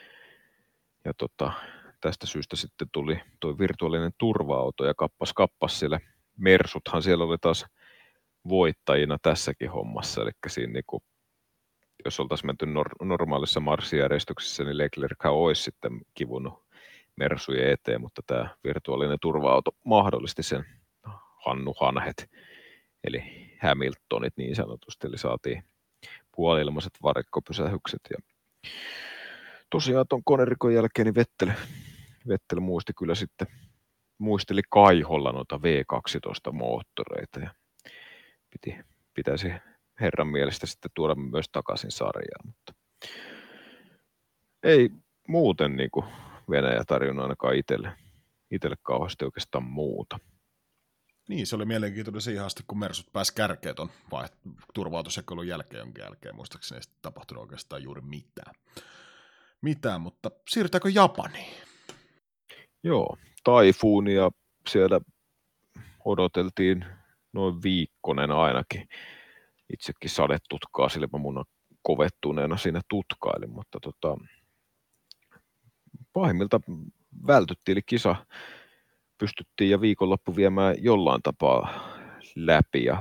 tästä syystä sitten tuli tuo virtuaalinen turva-auto ja kappas siellä. Mersuthan siellä oli taas voittajina tässäkin hommassa, eli siinä niin kuin, jos oltaisiin menty normaalissa marssijärjestyksessä, niin Leclerc olisi sitten kivunut Mersujen eteen, mutta tämä virtuaalinen turva-auto mahdollisti sen hannuhanhet, eli Hamiltonit niin sanotusti, eli saatiin puoli-ilmaiset varikkopysähykset. Ja tosiaan tuon konerikon jälkeen niin Vettel muisteli kaiholla noita V12-moottoreita ja pitäisi herran mielestä sitten tuoda myös takaisin sarjaan, mutta ei muuten niin kuin Venäjä tarjonnut ainakaan itselle kauheasti oikeastaan muuta. Niin, se oli mielenkiintoinen siihen asti, kun Mersut pääsi kärkeen tuon turva-autosekoilun jälkeen, muistaakseni ei sitten tapahtunut oikeastaan juuri mitään, mutta siirrytäänkö Japaniin? Joo, Taifuunia siellä odoteltiin noin viikkonen ainakin. Itsekin sadetutkaa silmämunan kovettuneena siinä tutkailin, mutta pahimmilta vältyttiin, eli kisa pystyttiin ja viikonloppu viemään jollain tapaa läpi ja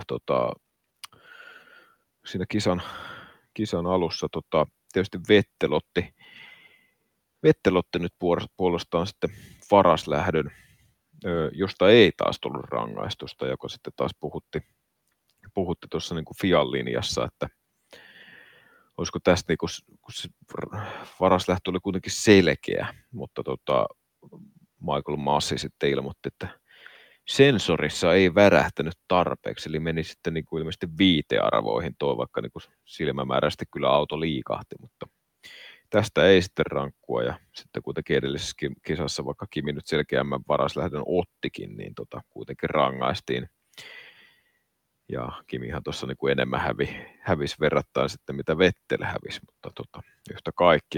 siinä kisan alussa tietysti Vettel otti nyt puolestaan sitten varaslähdön, josta ei taas tullut rangaistusta, joka sitten taas puhutti tuossa niin kuin FIAn linjassa, että olisiko tästä, niin kun se varaslähtö oli kuitenkin selkeä, mutta Michael Masi sitten ilmoitti, että sensorissa ei värähtänyt tarpeeksi, eli meni sitten niin kuin ilmeisesti viitearvoihin tuo, vaikka niin kuin silmämääräisesti kyllä auto liikahti, mutta tästä ei sitten rankkua, ja sitten kuitenkin edellisessä kisassa, vaikka Kimi nyt selkeämmän varaslähdön ottikin, niin kuitenkin rangaistiin Ja Kimihan tuossa niin kuin enemmän hävisi verrattain sitten, mitä Vettel hävisi, mutta yhtä kaikki.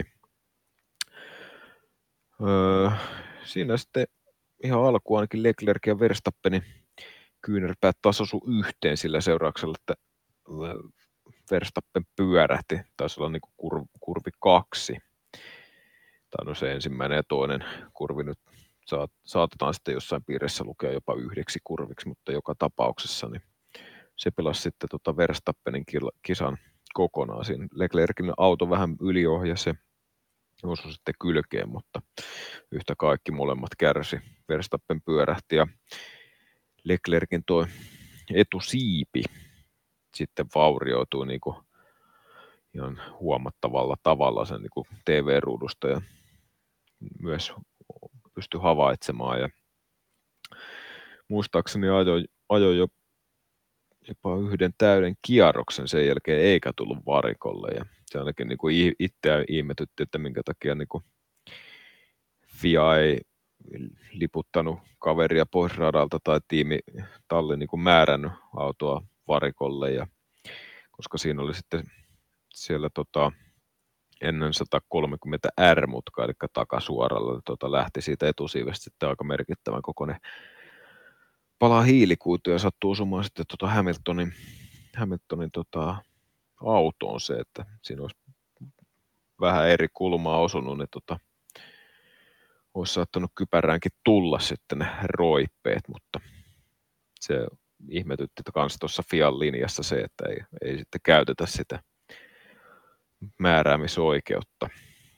Siinä sitten ihan alkuun ainakin Leclerc ja Verstappenin kyynärpäät taas osui yhteen sillä seurauksella, että Verstappen pyörähti, taisi olla niin kuin kurvi 2. Tai no se ensimmäinen ja toinen kurvi nyt saatetaan sitten jossain piirissä lukea jopa 9 kurviksi, mutta joka tapauksessa niin se pelasi sitten Verstappenin kisan kokonaan. Siinä Leclercin auto vähän yliohjasi, osui sitten kylkeen, mutta yhtä kaikki molemmat kärsi. Verstappen pyörähti ja Leclercin tuo etusiipi sitten vaurioitui niin kuin ihan huomattavalla tavalla sen niin kuin TV-ruudusta ja myös pystyi havaitsemaan. Ja muistaakseni ajoi jopa yhden täyden kierroksen sen jälkeen eikä tullut varikolle. Ja se ainakin niin kuin itseään ihmetytti, että minkä takia niin kuin FIA ei liputtanut kaveria pois radalta tai talli niin kuin määrännyt autoa varikolle. Ja, koska siinä oli sitten siellä ennen 130 R-mutka, eli takasuoralla, lähti siitä etusiivestä sitten aika merkittävän kokoinen palaa hiilikuitu ja sattuu osumaan sitten Hamiltonin autoon se, että siinä olisi vähän eri kulmaa osunut, niin olisi saattanut kypäräänkin tulla sitten ne roippeet, mutta se ihmetytti kanssa tuossa Fian linjassa se, että ei sitten käytetä sitä määräämisoikeutta.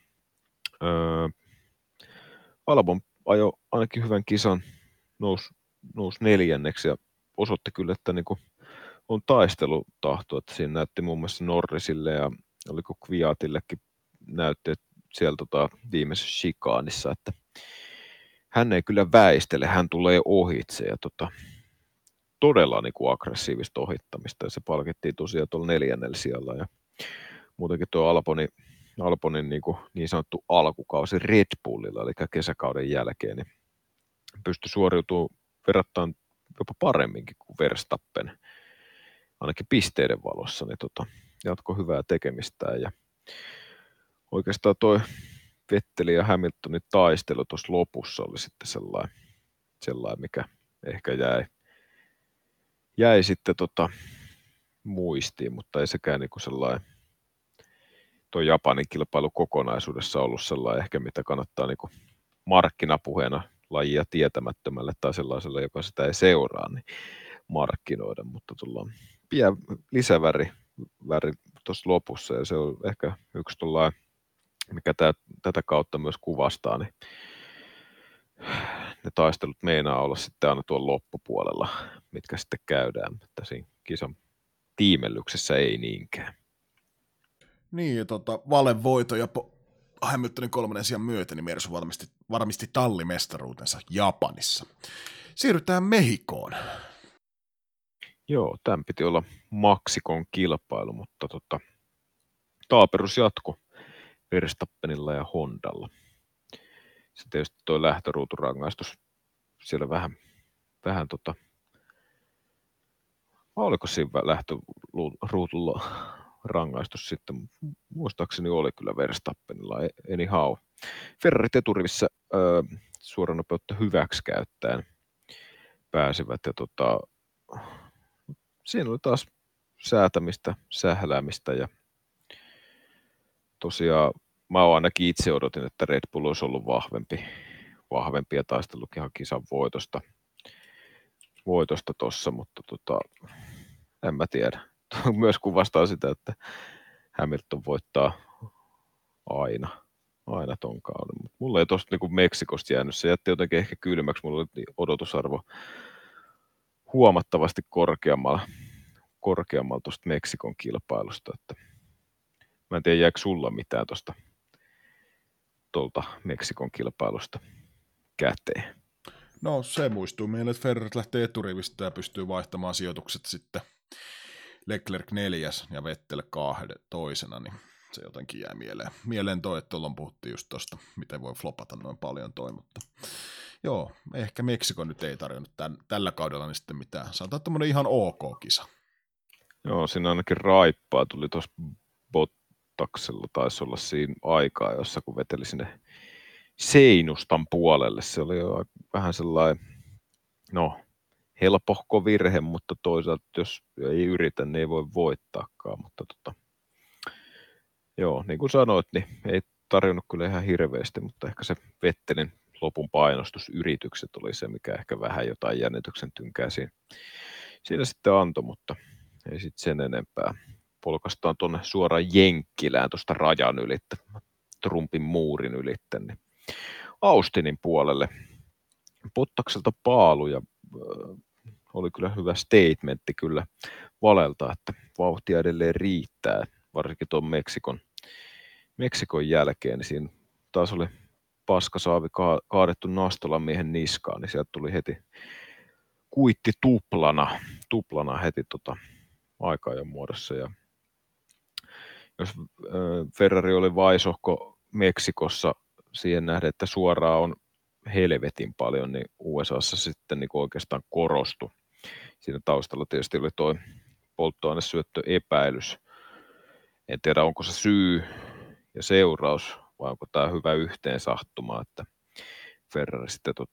Albon ajoi ainakin hyvän kisan, nousi 4. ja osoitti kyllä, että niin kuin on taistelutahto, että siinä näytti muun muassa Norrisille ja oliko Kviatillekin näytti, että siellä viimeisessä chikaanissa, että hän ei kyllä väistele, hän tulee ohitse ja todella niin kuin aggressiivista ohittamista ja se palkittiin tosiaan tuolla 4. sijalla ja muutenkin tuo Alponin niin sanottu alkukausi Red Bullilla, eli kesäkauden jälkeen, niin pystyi suoriutumaan verrattain jopa paremminkin kuin Verstappen, ainakin pisteiden valossa, niin jatkoi hyvää tekemistään. Ja oikeastaan tuo Vettelin ja Hamiltonin taistelu tuossa lopussa oli sitten sellainen mikä ehkä jäi sitten muistiin, mutta ei sekään niin kuin sellainen tuo Japanin kilpailu kokonaisuudessa ollut sellainen ehkä, mitä kannattaa niin kuin markkinapuheena lajia tietämättömälle tai sellaiselle, joka sitä ei seuraa, niin markkinoida, mutta tullaan pian lisäväri tuossa lopussa, ja se on ehkä yksi mikä tätä kautta myös kuvastaa, niin ne taistelut meinaa olla sitten aina tuolla loppupuolella, mitkä sitten käydään, mutta siinä kisan tiimellyksessä ei niinkään. Niin, ja Valen voito ja Hamiltonin 3. sijan myötä, niin Mersu varmisti tallimestaruutensa Japanissa. Siirrytään Mehikoon. Joo, tämän piti olla Maksikon kilpailu, mutta taaperus jatkui Verstappenilla ja Hondalla. Sitten tietysti tuo lähtöruuturangaistus siellä vähän oliko siinä lähtöruutulla rangaistus sitten, muistaakseni oli kyllä Verstappenilla, anyhow. Ferrarit eturivissä suoranopeutta hyväksi käyttäen pääsivät ja siinä oli taas säätämistä, sähläämistä ja tosiaan mä ainakin itse odotin, että Red Bull olisi ollut vahvempi ja taistellut ihan kisan voitosta tossa, mutta en mä tiedä. Myös kuvastaa sitä, että Hamilton voittaa aina ton kauden. Mut mulla ei tosta niinku Meksikosta jäänyt, se jätti jotenkin ehkä kylmäksi, mulla oli odotusarvo huomattavasti korkeammalla tuosta Meksikon kilpailusta, että mä en tiedä jääkö sulla mitään tuolta Meksikon kilpailusta käteen. No se muistuu meille, että Ferrarit lähtee eturivistä ja pystyy vaihtamaan sijoitukset sitten Leclerc 4. ja Vettel 2. niin se jotenkin jäi mieleen toi, että tuolloin puhuttiin just tosta, miten voi flopata noin paljon toi, mutta joo, ehkä Meksiko nyt ei tarjonnut tällä kaudella niin sitten mitään. Sanotaan tämmöinen ihan ok kisa. Joo, siinä ainakin raippaa tuli tuossa Bottaksella, taisi olla siinä aikaa, jossa kun veteli sinne seinustan puolelle. Se oli jo vähän sellainen, no, helpohko virhe, mutta toisaalta jos ei yritä, niin ei voi voittaakaan. Mutta joo, niin kuin sanoit, niin ei tarjonnut kyllä ihan hirveästi, mutta ehkä se Vettelin lopun painostusyritykset oli se, mikä ehkä vähän jotain jännityksen tynkää siinä sitten antoi, mutta ei sitten sen enempää. Polkastaan tuonne suoraan Jenkkilään tuosta rajan ylittä, Trumpin muurin ylittä, niin Austinin puolelle. Pottakselta paalu ja oli kyllä hyvä statementti kyllä Valelta, että vauhtia edelleen riittää, varsinkin tuon Meksikon jälkeen, niin siinä taas oli paskasaavi kaadettu Nastolan miehen niskaan, niin sieltä tuli heti kuitti tuplana heti aika-ajan muodossa. Ja jos Ferrari oli vaisohko Meksikossa siihen nähden, että suoraan on helvetin paljon, niin USAssa sitten niin oikeastaan korostui. Siinä taustalla tietysti oli tuo polttoainesyöttöepäilys. En tiedä, onko se syy ja seuraus vai onko tämä hyvä yhteensattuma, että Ferrari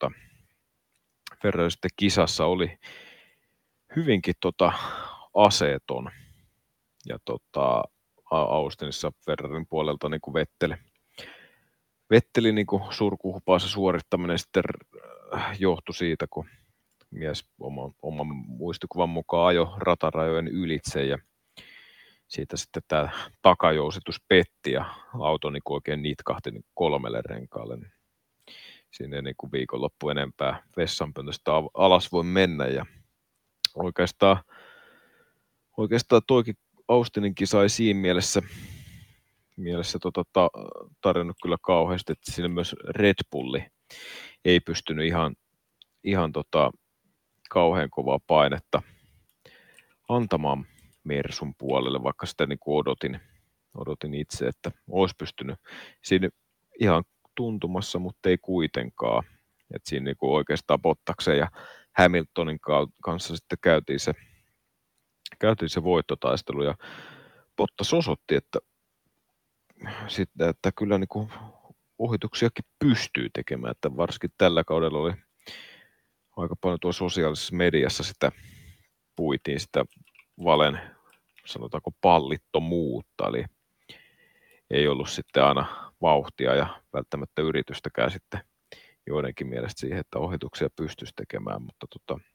sitten kisassa oli hyvinkin aseeton ja Austinissa Ferrarin puolelta niin kuin Vetteli niin kuin surkuhupaansa suorittaminen sitten johtui siitä, kun mies oman muistikuvan mukaan ajoi ratarajojen ylitse ja siitä sitten tämä takajousitus petti ja auto niin oikein nitkahti niin 3 renkaalle. Niin siinä ei niin kuin viikonloppu enempää vessanpöntöstä alas voi mennä ja oikeastaan toikin Austinin kisa ei siinä mielessä tarjonnut kyllä kauheasti, että siinä myös Red Bulli ei pystynyt ihan kauhean kovaa painetta antamaan Mersun puolelle, vaikka sitä niin kuin odotin itse, että olisi pystynyt siinä ihan tuntumassa, mutta ei kuitenkaan. Että siinä niin kuin oikeastaan Bottaksen ja Hamiltonin kanssa sitten käytiin se voittotaistelu ja Bottas osoitti, että kyllä niin kuin ohituksiakin pystyy tekemään, että varsinkin tällä kaudella oli aika paljon tuossa sosiaalisessa mediassa sitä puitiin sitä Valen, sanotaanko pallittomuutta, eli ei ollut sitten aina vauhtia ja välttämättä yritystäkään sitten joidenkin mielestä siihen, että ohituksia pystyisi tekemään, mutta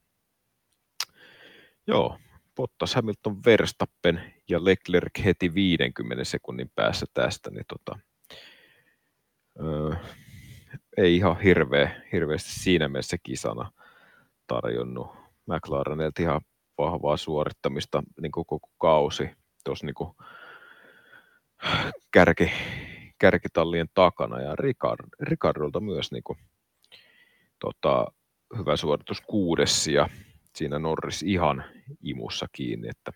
joo, Bottas, Hamilton, Verstappen ja Leclerc heti 50 sekunnin päässä tästä, niin ei ihan hirveästi siinä mielessä kisana tarjonnut. McLarenilta ihan vahvaa suorittamista niin kuin koko kausi tuossa niin kärkitallien takana ja Ricardolta myös niin kuin, hyvä suoritus 6. ja siinä Norris ihan imussa kiinni, että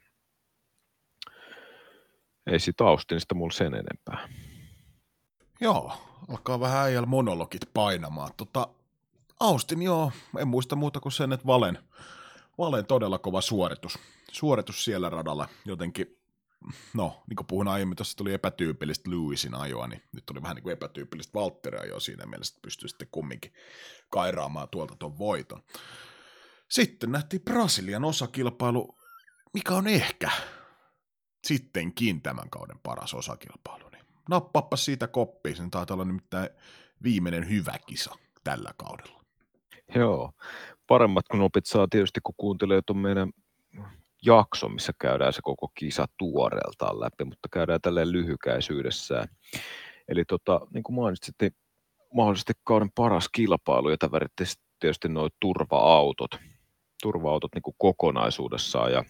ei sitä Austinista mulla sen enempää. Joo, alkaa vähän äijällä monologit painamaan. Austin, joo, en muista muuta kuin sen, että Valen todella kova suoritus siellä radalla. Jotenkin, no, niin kuin puhun aiemmin, tuossa tuli epätyypillistä Lewisin ajoa, niin nyt tuli vähän niin kuin epätyypillistä Valtterin ajoa siinä mielessä, että pystyy sitten kumminkin kairaamaan tuolta tuon voiton. Sitten nähtiin Brasilian osakilpailu, mikä on ehkä sittenkin tämän kauden paras osakilpailu. Niin nappaappa siitä koppiin, sen taitaa olla nimittäin viimeinen hyvä kisa tällä kaudella. Joo, paremmat kun opit saa tietysti, kun kuuntelee tuon meidän jakson, missä käydään se koko kisa tuoreeltaan läpi, mutta käydään tälleen lyhykäisyydessään. Eli niin kuin mainitsit, niin mahdollisesti kauden paras kilpailu, jota väritti tietysti nuo turva-autot niin kuin kokonaisuudessaan. Ja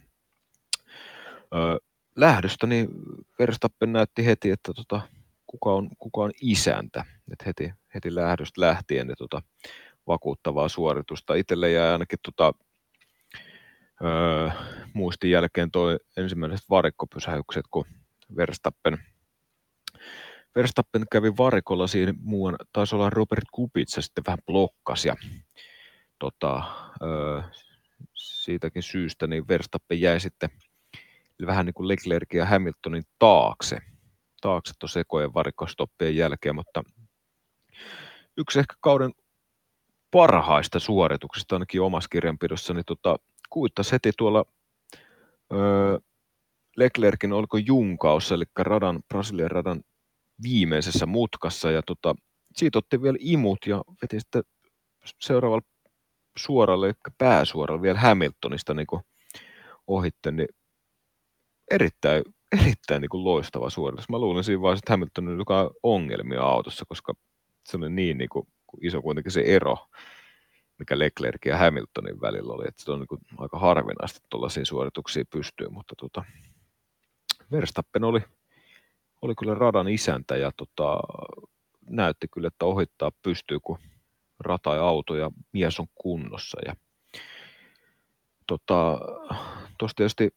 lähdöstä niin Verstappen näytti heti, että kuka on isäntä. Et heti lähdöstä lähtien niin vakuuttavaa suoritusta. Itselle jäi ainakin muistin jälkeen toi ensimmäiset varikkopysähykset, kun Verstappen kävi varikolla siinä taisi olla Robert Kubica sitten vähän blokkasi ja siitäkin syystä niin Verstappen jäi sitten vähän niin kuin Leclercin ja Hamiltonin taakse tuon sekojen varikkostoppien jälkeen, mutta yksi ehkä kauden parhaista suorituksista ainakin omassa kirjanpidossa, niin kuittasi heti tuolla öö, Leclerkin oliko junkaus, eli Brasilian radan viimeisessä mutkassa, ja siitä otti vielä imut ja veti sitten seuraavalla suoralle, eli pääsuoralle vielä Hamiltonista niin kuin ohitte, niin erittäin niin kuin loistava suoritus. Mä luulin siinä vaiheessa, että Hamilton oli jotain ongelmia autossa, koska se oli niin kuin iso kuitenkin se ero, mikä Leclerkin ja Hamiltonin välillä oli, että se on niin kuin aika harvinaista, että tuollaisia suorituksia pystyy, mutta Verstappen oli kyllä radan isäntä ja näytti kyllä, että ohittaa pystyy, kun rata ja auto ja mies on kunnossa. Ja tuossa tietysti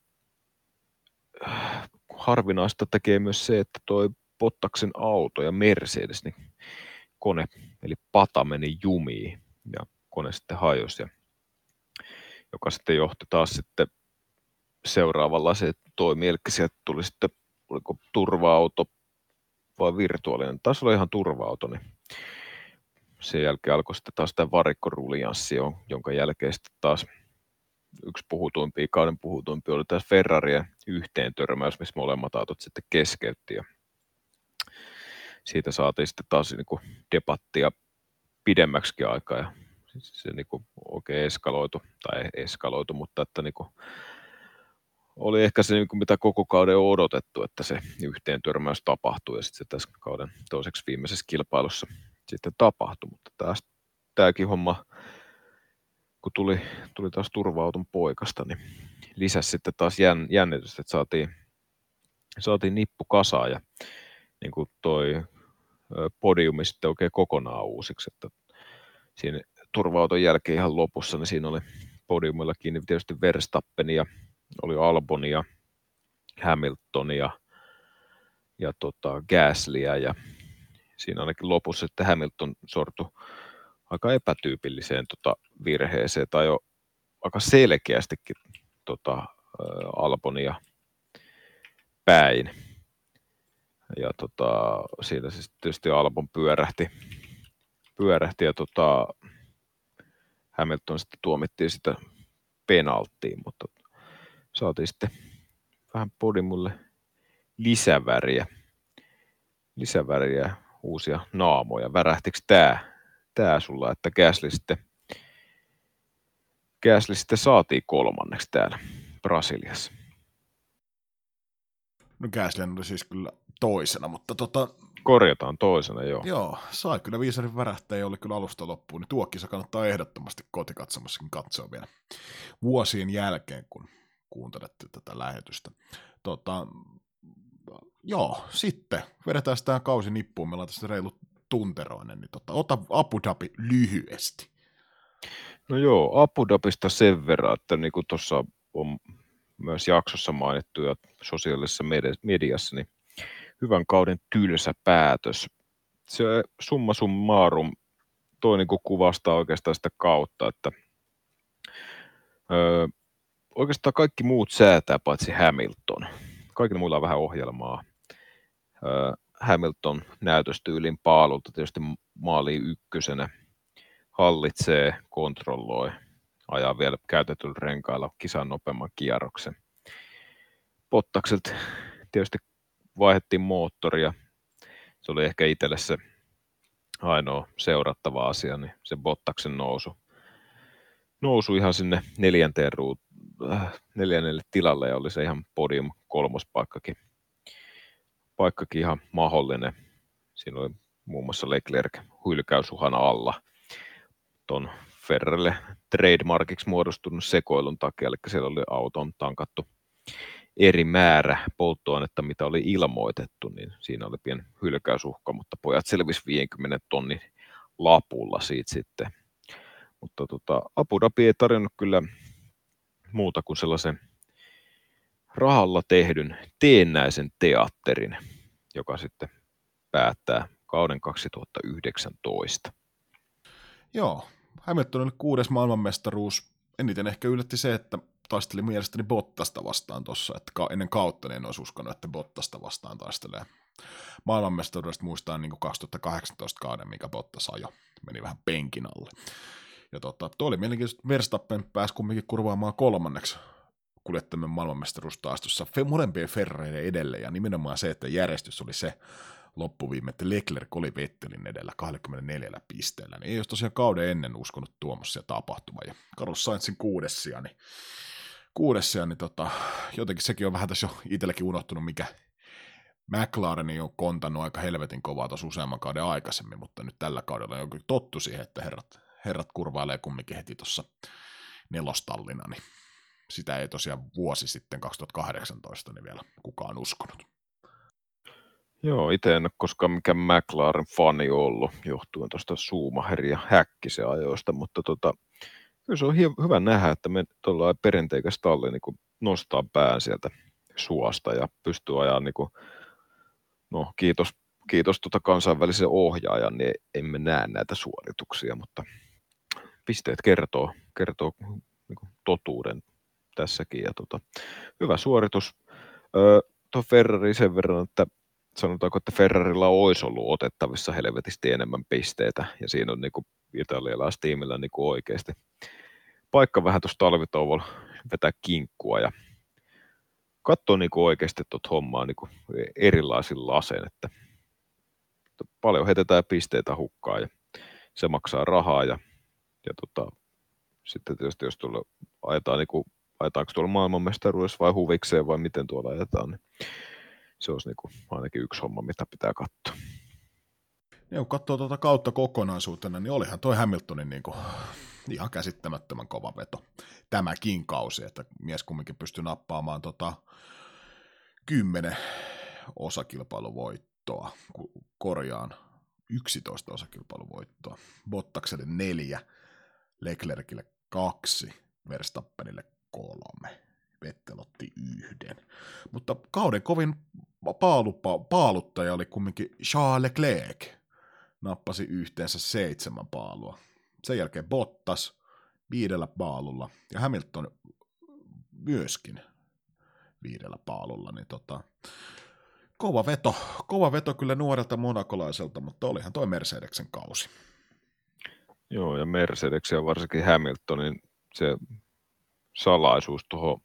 harvinaista tekee myös se, että toi Bottaksen auto ja Mercedes, niin kone, eli pata meni jumiin ja kone sitten hajosi, joka sitten johti taas sitten seuraavalla se toimi, eli sieltä tuli sitten, oliko turva-auto vai virtuaalinen, taisi olla ihan turva-auto, niin sen jälkeen alkoi sitten taas tämä varikkorulianssi, jonka jälkeen sitten taas yksi kauden puhutuimpia oli tässä Ferrarien yhteen törmäys, missä molemmat autot sitten keskeytti. Ja siitä saatiin sitten taas niin kuin debattia pidemmäksikin aikaa. Ja se niin kuin oikein eskaloitu, mutta että niin kuin oli ehkä se, niin kuin mitä koko kauden on odotettu, että se yhteen törmäys tapahtui ja sitten se tässä kauden toiseksi viimeisessä kilpailussa sitten tapahtui. Mutta tämäkin homma, kun tuli taas turva-auton poikasta, niin lisäsi sitten taas jännitystä, että saatiin nippu kasaan ja niin kuin toi podiumi sitten oikein kokonaan uusiksi, että siinä turva-auton jälkeen ihan lopussa, niin siinä oli podiumilla kiinni tietysti Verstappenia, oli Albonia, Hamiltonia ja Gaslyä ja siinä ainakin lopussa sitten Hamilton sortui aika epätyypilliseen virheeseen tai jo aika selkeästikin Albonia päin. Ja siitä siis tietysti Albon pyörähti ja Hamilton sitten tuomittiin sitä penalttiin, mutta saatiin sitten vähän podiumulle lisäväriä, uusia naamoja. Värähtikö tää sulla, että Gasly sitten saatiin kolmanneksi täällä Brasiliassa? No Gasly oli siis kyllä toisena, mutta korjataan toisena, joo. Joo, sai kyllä viisarin värähtää ja oli kyllä alusta loppuun, niin tuo kisa kannattaa ehdottomasti kotikatsomassakin katsoa vielä vuosien jälkeen, kun kuuntelette tätä lähetystä. Joo, sitten vedetään tämä kausi nippuun, meillä on tässä reilu tunteroinen, niin ota Abu Dhabi lyhyesti. No joo, Abu Dhabista sen verran, että niin kuin tuossa on myös jaksossa mainittu ja sosiaalisessa mediassa, niin hyvän kauden tylsä päätös. Se summa summarum toi niin kuin kuvastaa oikeastaan sitä kautta, että oikeastaan kaikki muut säätää paitsi Hamilton. Kaikilla muilla on vähän ohjelmaa. Hamilton näytöstyylin paalulta tietysti maaliin ykkösenä, hallitsee, kontrolloi, ajaa vielä käytetyllä renkailla kisan nopeamman kierroksen. Bottakselta tietysti vaihdettiin moottoria. Se oli ehkä itselle se ainoa seurattava asia, niin se Bottaksen nousu ihan sinne neljännelle tilalle ja oli se ihan podium kolmospaikkakin ihan mahdollinen. Siinä oli muun muassa Leclerc hylkäysuhan alla ton Ferrarille trademarkiksi muodostunut sekoilun takia, eli siellä oli auton tankattu eri määrä polttoainetta, mitä oli ilmoitettu, niin siinä oli pieni hylkäysuhka, mutta pojat selvisi 50 tonnin lapulla siitä sitten. Mutta Abu Dhabi ei tarjonnut kyllä muuta kuin sellaisen rahalla tehdyn teennäisen teatterin, joka sitten päättää kauden 2019. Joo, Hamiltonille 6. maailmanmestaruus. Eniten ehkä yllätti se, että taisteli mielestäni Bottasta vastaan tuossa, että ennen kautta niin en olisi uskonut, että Bottasta vastaan taistelee. Maailmanmestaruudesta muistaa niin 2018 kauden, mikä Bottas ajoi, meni vähän penkin alle. Ja tuo oli mielenkiintoista, Verstappen pääsi kumminkin kurvaamaan kolmanneksi kuljettamme maailmanmestaruustaistossa molempien Ferrareiden edelle, ja nimenomaan se, että järjestys oli se loppuviime, että Leclerc oli Vettelin edellä 24 pisteellä, niin ei olisi tosiaan kauden ennen uskonut tuommoisia tapahtumaa, ja Carlos Sainzin kuudessia, niin jotenkin sekin on vähän tässä jo itselläkin unohtunut, mikä McLaren on kontannut aika helvetin kovaa tuossa useamman kauden aikaisemmin, mutta nyt tällä kaudella on jokin tottu siihen, että herrat kurvailee kumminkin heti tuossa nelostallina, niin sitä ei tosiaan vuosi sitten 2018 niin vielä kukaan uskonut. Joo, itse en ole koskaan mikään McLaren-fani ollut, johtuen tuosta Schumacher ja Häkkisen ajoista, mutta kyllä se on hyvä nähdä, että me tuolla perinteikäs talli niin nostaa pään sieltä suosta ja pystyy ajaa, niin kuin, no kiitos kansainvälisen ohjaajan, niin emme näe näitä suorituksia, mutta pisteet kertoo niin kuin totuuden tässäkin. Ja hyvä suoritus. Tuo Ferrari sen verran, että sanotaanko, että Ferrarilla olisi ollut otettavissa helvetisti enemmän pisteitä, ja siinä on niin kuin italialaistiimillä niin kuin oikeasti paikka vähän tuossa talvitauolla vetää kinkkua ja katsoa niin kuin oikeasti tuota hommaa niin kuin erilaisilla laseen, että paljon heitetään pisteitä hukkaan ja se maksaa rahaa ja sitten tietysti jos tuolla ajetaan, niin kuin, ajetaanko tuolla maailmanmestaruudessa vai huvikseen vai miten tuolla ajetaan, niin se olisi niin kuin ainakin yksi homma, mitä pitää katsoa. Ja kun katsoo tuota kautta kokonaisuutena, niin olihan toi Hamiltonin niin kuin ihan käsittämättömän kova veto tämäkin kausi, että mies kumminkin pystyi nappaamaan 10 osakilpailuvoittoa, korjaan 11 osakilpailuvoittoa, Bottakselle 4, Leclercille 2, Verstappenille 3, Vettel otti 1. Mutta kauden kovin paaluttaja oli kumminkin Charles Leclerc, nappasi yhteensä 7 paalua. Sen jälkeen Bottas 5 paalulla ja Hamilton myöskin 5 paalulla. Niin kova veto kyllä nuorelta monakolaiselta, mutta olihan toi Mercedeksen kausi. Joo, ja Mercedeksen ja varsinkin Hamiltonin se salaisuus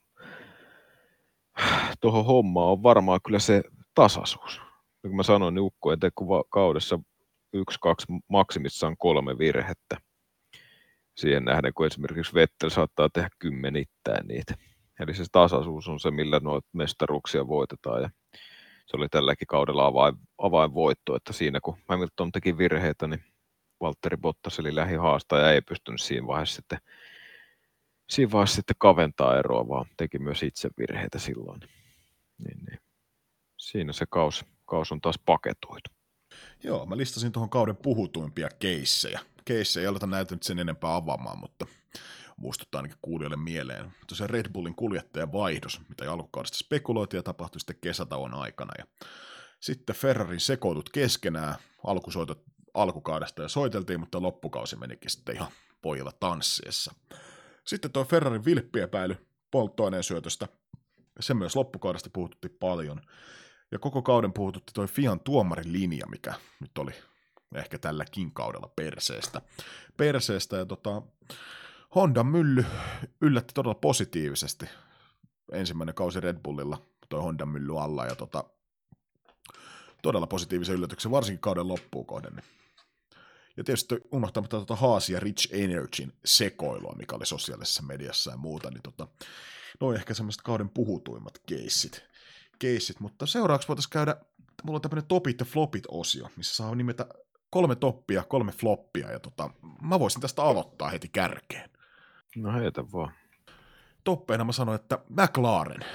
tuohon hommaan on varmaan kyllä se tasaisuus. Ja kun mä sanoin, niin ukko ei tee kaudessa 1-2, maksimissaan 3 virhettä. Siihen nähden, kun esimerkiksi Vettel saattaa tehdä kymmenittäin niitä. Eli se tasaisuus on se, millä noita mestaruuksia voitetaan. Ja se oli tälläkin kaudella avainvoitto, että siinä kun Hamilton teki virheitä, niin Valtteri Bottas eli lähihaastaja ei pystynyt siinä vaiheessa sitten kaventaa eroa, vaan teki myös itse virheitä silloin. Niin. Siinä se kaus on taas paketoitu. Joo, mä listasin tuohon kauden puhutuimpia keissejä. Keissejä ei aleta näytä nyt sen enempää avaamaan, mutta muistuttaa ainakin kuulijoille mieleen. Tosiaan Red Bullin kuljettajan vaihdos, mitä alkukaudesta spekuloitiin ja tapahtui sitten kesätauon aikana. Ja sitten Ferrarin sekoitut keskenään alkukaudesta ja soiteltiin, mutta loppukausi menikin sitten ihan pojilla tanssiessa. Sitten tuo Ferrarin vilppiepäily polttoaineen syötöstä. Se myös loppukaudesta puhututti paljon. Ja koko kauden puhututti toi FIAn tuomarin linja, mikä nyt oli ehkä tälläkin kaudella perseestä. Ja Hondan mylly yllätti todella positiivisesti. Ensimmäinen kausi Red Bullilla toi Hondan mylly alla ja todella positiivisen yllätyksen, varsinkin kauden loppuun kohden. Ja tietysti unohtamatta Haas ja Rich Energyn sekoilua, mikä oli sosiaalisessa mediassa ja muuta, niin noin ehkä semmoiset kauden puhutuimmat keissit. Mutta seuraavaksi voitaisiin käydä, mulla on tämmöinen topit ja flopit-osio, missä saa nimetä 3 toppia, 3 floppia, ja mä voisin tästä aloittaa heti kärkeen. No heitä vaan. Toppeina mä sanoin, että McLaren.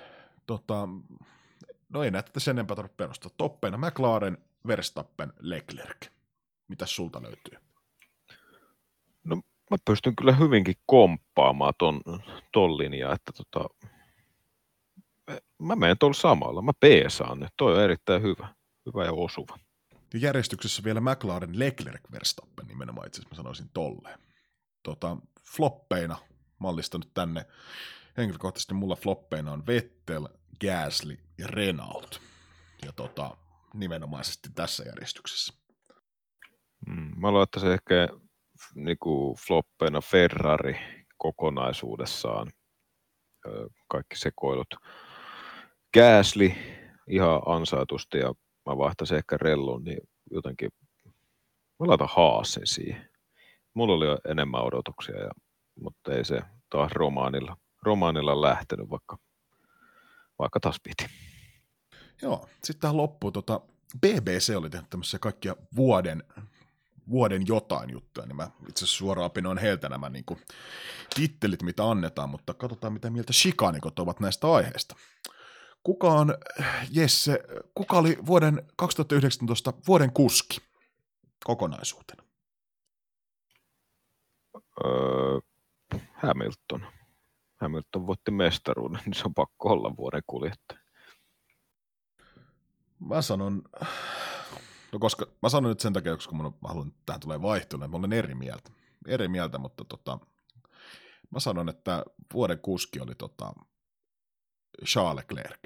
No ei näitä sen enempää tarvitse perustaa. Toppeina McLaren, Verstappen, Leclerc. Mitäs sulta löytyy? No mä pystyn kyllä hyvinkin komppaamaan ton linjaa, että mä menen tuolla samalla. Mä peesaan nyt. Toi on erittäin hyvä ja osuva. Ja järjestyksessä vielä McLaren, Leclerc, Verstappen nimenomaan itse asiassa mä sanoisin tolleen. Floppeina mä oon listannut tänne Henkilökohtaisesti mulla floppeina on Vettel, Gasly ja Renault. Ja nimenomaisesti tässä järjestyksessä. Mä laittaisin ehkä niinku floppeina Ferrari kokonaisuudessaan. Kaikki sekoilut. Gasly ihan ansaitusti ja mä vaihtaisin ehkä Rellon, niin jotenkin mä laitan Haasin siihen. Mulla oli jo enemmän odotuksia, mutta ei se taas romaanilla lähtenyt, vaikka taas piti. Joo, sitten tähän loppuun BBC oli tehnyt tämmöisiä kaikkia vuoden jotain juttuja, niin mä itse asiassa suoraan pinoin heiltä nämä niin kuin tittelit, mitä annetaan, mutta katsotaan, mitä mieltä shikanikot ovat näistä aiheista. Kuka oli vuoden 2019 vuoden kuski kokonaisuutena? Hamilton. Hamilton voitti mestaruuden, niin se on pakko olla vuoden kuljettaja. Mä sanon nyt sen takia, koska mä haluan, että tähän tulee vaihtelua, mä olen eri mieltä, mutta mä sanon, että vuoden kuski oli Charles Leclerc.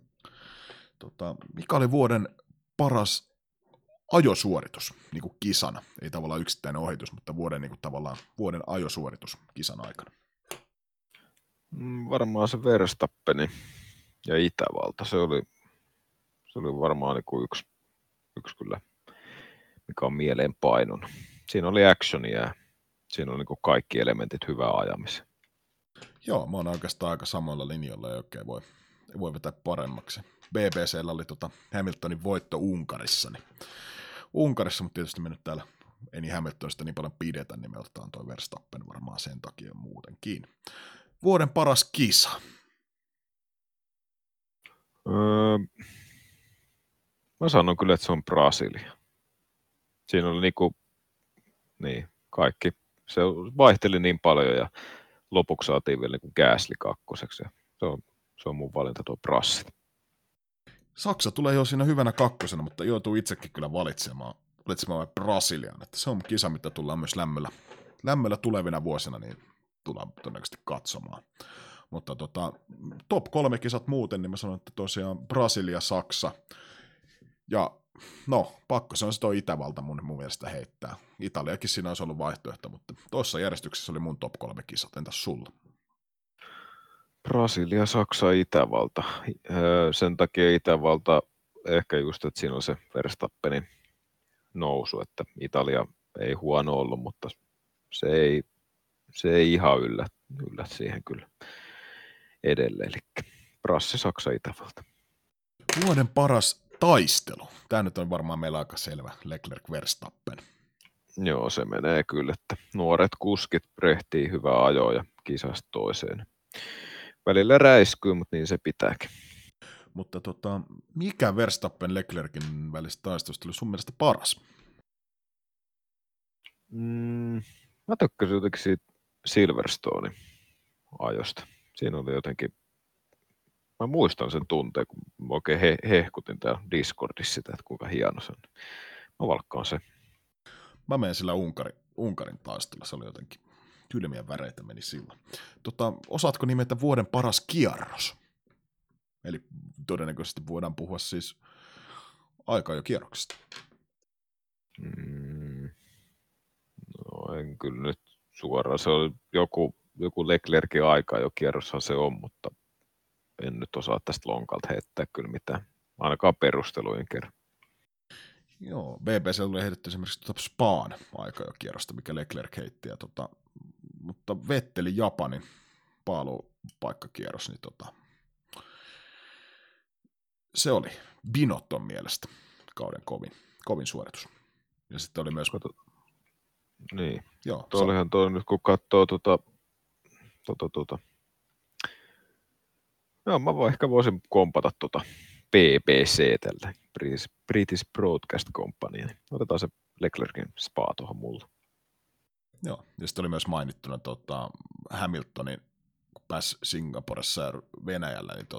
Mikä oli vuoden paras ajosuoritus niin kuin kisana? Ei tavallaan yksittäinen ohitus, mutta vuoden ajosuoritus kisan aikana. Varmaan se Verstappeni ja Itävalta. Se oli varmaan niin kuin yksi kyllä, mikä on mieleen painunut. Siinä oli actionia ja siinä oli niin kuin kaikki elementit hyvää ajamiseen. Joo, mä oon oikeastaan aika samoilla linjoilla ja oikein voi vetää paremmaksi. BBC:llä oli Hamiltonin voitto Unkarissa, mutta tietysti me nyt täällä ei Hamiltonista niin paljon pidetä, niin me otetaan toi Verstappen varmaan sen takia muutenkin. Vuoden paras kisa. Mä sanon kyllä, että se on Brasilia. Siinä oli kaikki. Se vaihteli niin paljon ja lopuksi saatiin vielä Gasly kakkoseksi. Se on mun valinta tuo Brassil. Saksa tulee jo siinä hyvänä kakkosena, mutta joutuu itsekin kyllä valitsemaan Brasilian. Että se on kisa, mitä tullaan myös lämmöllä tulevina vuosina, niin tullaan todennäköisesti katsomaan. Mutta top 3 kisat muuten, niin mä sanon, että tosiaan Brasilia, Saksa ja pakko se on se toi Itävalta mun mielestä heittää. Italiakin siinä olisi ollut vaihtoehto, mutta tuossa järjestyksessä oli mun top 3 kisat. Entäs sulla? Brasilia, Saksa, Itävalta. Sen takia Itävalta ehkä just, että siinä on se Verstappenin nousu, että Italia ei huono ollut, mutta se ei ihan yllä siihen kyllä edelleen. Eli Brassi, Saksa, Itävalta. Vuoden paras taistelu. Tämä nyt on varmaan meillä aika selvä. Leclerc, Verstappen. Joo, se menee kyllä, että nuoret kuskit rehtii hyvää ajoa ja kisasta toiseen. Välillä räiskyy, mutta niin se pitääkin. Mutta mikä Verstappen Leclercin välistä taistelusta oli sun mielestä paras? Mä tykkäsin jotenkin siitä Silverstonein ajosta. Siinä oli jotenkin, mä muistan sen tunteen, kun mä oikein hehkutin täällä Discordissa sitä, että kuinka hieno se on. Mä valkkaan se. Mä menen sillä Unkarin taistelulla, se oli jotenkin kylmiä väreitä meni silloin. Osaatko nimetä vuoden paras kierros? Eli todennäköisesti voidaan puhua siis aikaa jo kierroksesta. No en kyllä nyt suoraan. Se oli joku Leclercin aika jo kierroshan se on, mutta en nyt osaa tästä lonkalta heittää kyllä mitään. Ainakaan perustelujen kerran. Joo, BBC oli heitetty esimerkiksi Spaan aika jo kierrosta, mikä Leclerc heitti. Mutta Vettelin Japanin paalupaikkakierros, niin se oli Binotton mielestä kauden kovin suoritus. Ja sitten oli myös... Niin, joo, olihan toi nyt kun katsoo Joo, mä ehkä voisin kompata BBC tällä British Broadcast Company. Otetaan se Leclercin spa tuohon mulle. Joo, ja sitten oli myös mainittuna Hamiltonin, kun pääsi Singaporessa ja Venäjällä, niin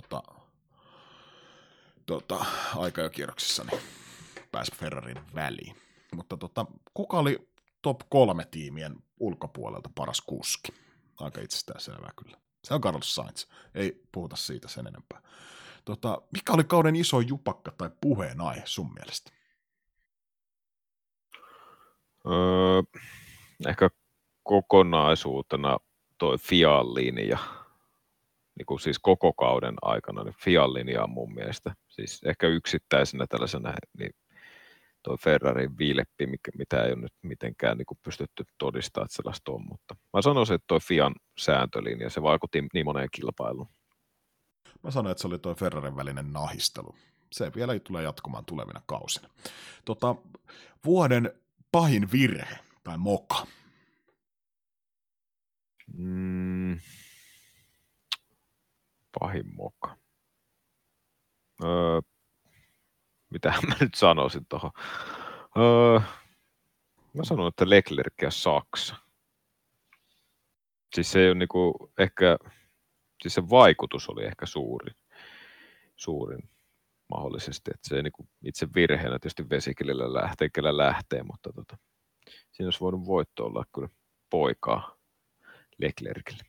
aikajokierroksissa niin pääsi Ferrarin väliin. Mutta kuka oli top 3 tiimien ulkopuolelta paras kuski? Aika itsestään selvää kyllä. Se on Carlos Sainz. Ei puhuta siitä sen enempää. Mikä oli kauden iso jupakka tai puheenaihe sun mielestä? Ehkä kokonaisuutena toi Fian linja, niin kuin siis koko kauden aikana, niin Fian linja on mun mielestä, siis ehkä yksittäisenä tällaisena, niin toi Ferrarin vilppi, mitä ei ole nyt mitenkään niin kuin pystytty todistamaan, että sellaista on, mutta mä sanoisin, että toi Fian sääntölinja, se vaikutti niin moneen kilpailuun. Mä sanoin, että se oli toi Ferrarin välinen nahistelu. Se vielä tulee jatkumaan tulevina kausina. Vuoden pahin virhe tai moka. Pahin moka. Mitähän mä nyt sanoisin tuohon. Mä sanon, että Leclerc ja Saksa. Siis se ei ole niinku ehkä, siis se vaikutus oli ehkä suurin mahdollisesti, että se ei niinku itse virheenä tietysti vesikilillä lähtee, kellä lähtee, mutta siinä olisi voinut voitto olla kyllä poikaa Leclercille.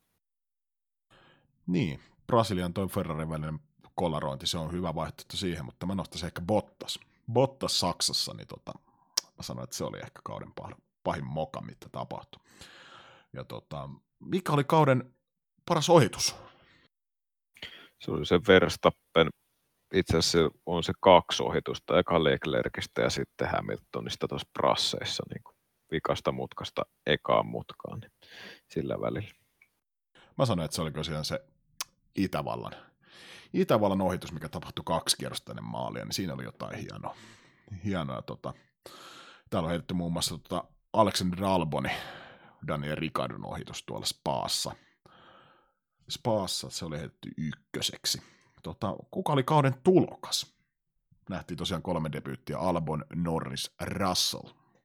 Niin, Brasilian toi Ferrarin välinen kolarointi, se on hyvä vaihtoehto siihen, mutta mä nostaisin ehkä Bottas Saksassa, niin mä sanoin, että se oli ehkä kauden pahin moka, mitä tapahtui. Ja mikä oli kauden paras ohitus? Se oli se Verstappen, itse asiassa on se 2 ohitusta, eka Leclercistä ja sitten Hamiltonista tuossa Brasseissa, niin kuin vikasta mutkasta ekaan mutkaan, niin sillä välillä. Mä sanoin, että se oli tosiaan se Itävallan ohitus, mikä tapahtui 2 kierrosta ennen maalia, niin siinä oli jotain hienoa. Täällä on heitetty muun muassa Alexander Alboni, Daniel Ricciardon ohitus tuolla Spaassa se oli heitetty ykköseksi. Kuka oli kauden tulokas? Nähtiin tosiaan 3 debyyttiä, Albon, Norris, Russell.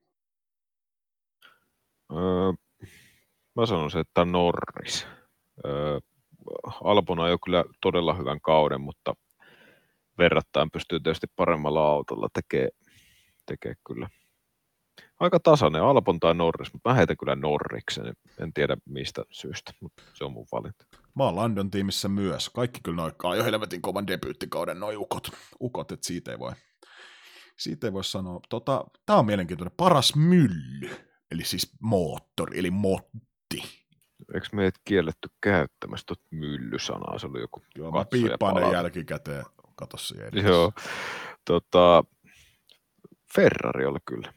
Mä sanon se, että Norris. Albon ajoi kyllä todella hyvän kauden, mutta verrattain pystyy tietysti paremmalla autolla tekee kyllä. Aika tasainen Albon tai Norris, mutta mä heitän kyllä Norriksen. En tiedä mistä syystä, mutta se on mun valinta. Mä oon Landon tiimissä myös. Kaikki kyllä noikkaa jo helvetin kovan debyyttikauden noi ukot, että siitä ei voi sanoa. Tää on mielenkiintoinen. Paras mylly, eli siis moottori, eli motti. Eikö meidät kielletty käyttämästä myllysanaa? Se oli joku Joo, mä piippaan ne jälkikäteen. Kato siihen edessä. Joo, Ferrari oli kyllä.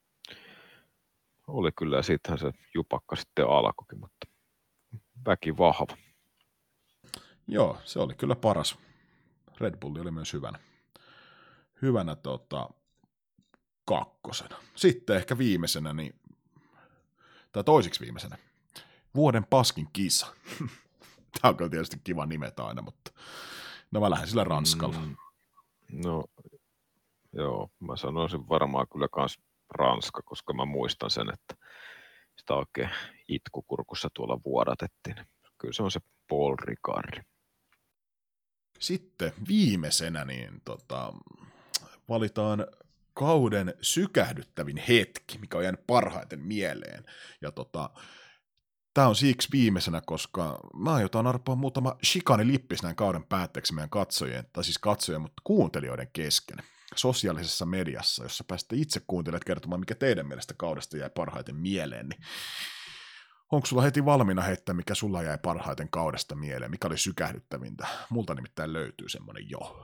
Oli kyllä, ja siitähän se jupakka sitten alkoikin, mutta väki vahva. Joo, se oli kyllä paras. Red Bull oli myös hyvänä kakkosena. Sitten ehkä viimeisenä, tai toisiksi viimeisenä, vuoden paskin kisa. Tämä on kyllä tietysti kiva nimetä aina, mutta mä lähden sillä Ranskalla. No, joo, mä sanoisin varmaan kyllä kans Ranska, koska mä muistan sen, että sitä oikein itkukurkussa tuolla vuodatettiin. Kyllä se on se Paul Ricard. Sitten viimeisenä valitaan kauden sykähdyttävin hetki, mikä on jäänyt parhaiten mieleen. Ja tämä on siksi viimeisenä, koska mä aiotaan arpoa muutama shikanilippis näin kauden päätteeksi meidän katsojien, mutta kuuntelijoiden kesken sosiaalisessa mediassa, jossa pääsette itse kuuntelijat kertomaan, mikä teidän mielestä kaudesta jäi parhaiten mieleen, niin onko sulla heti valmiina heittää, mikä sulla jäi parhaiten kaudesta mieleen, mikä oli sykähdyttävintä? Multa nimittäin löytyy semmoinen jo.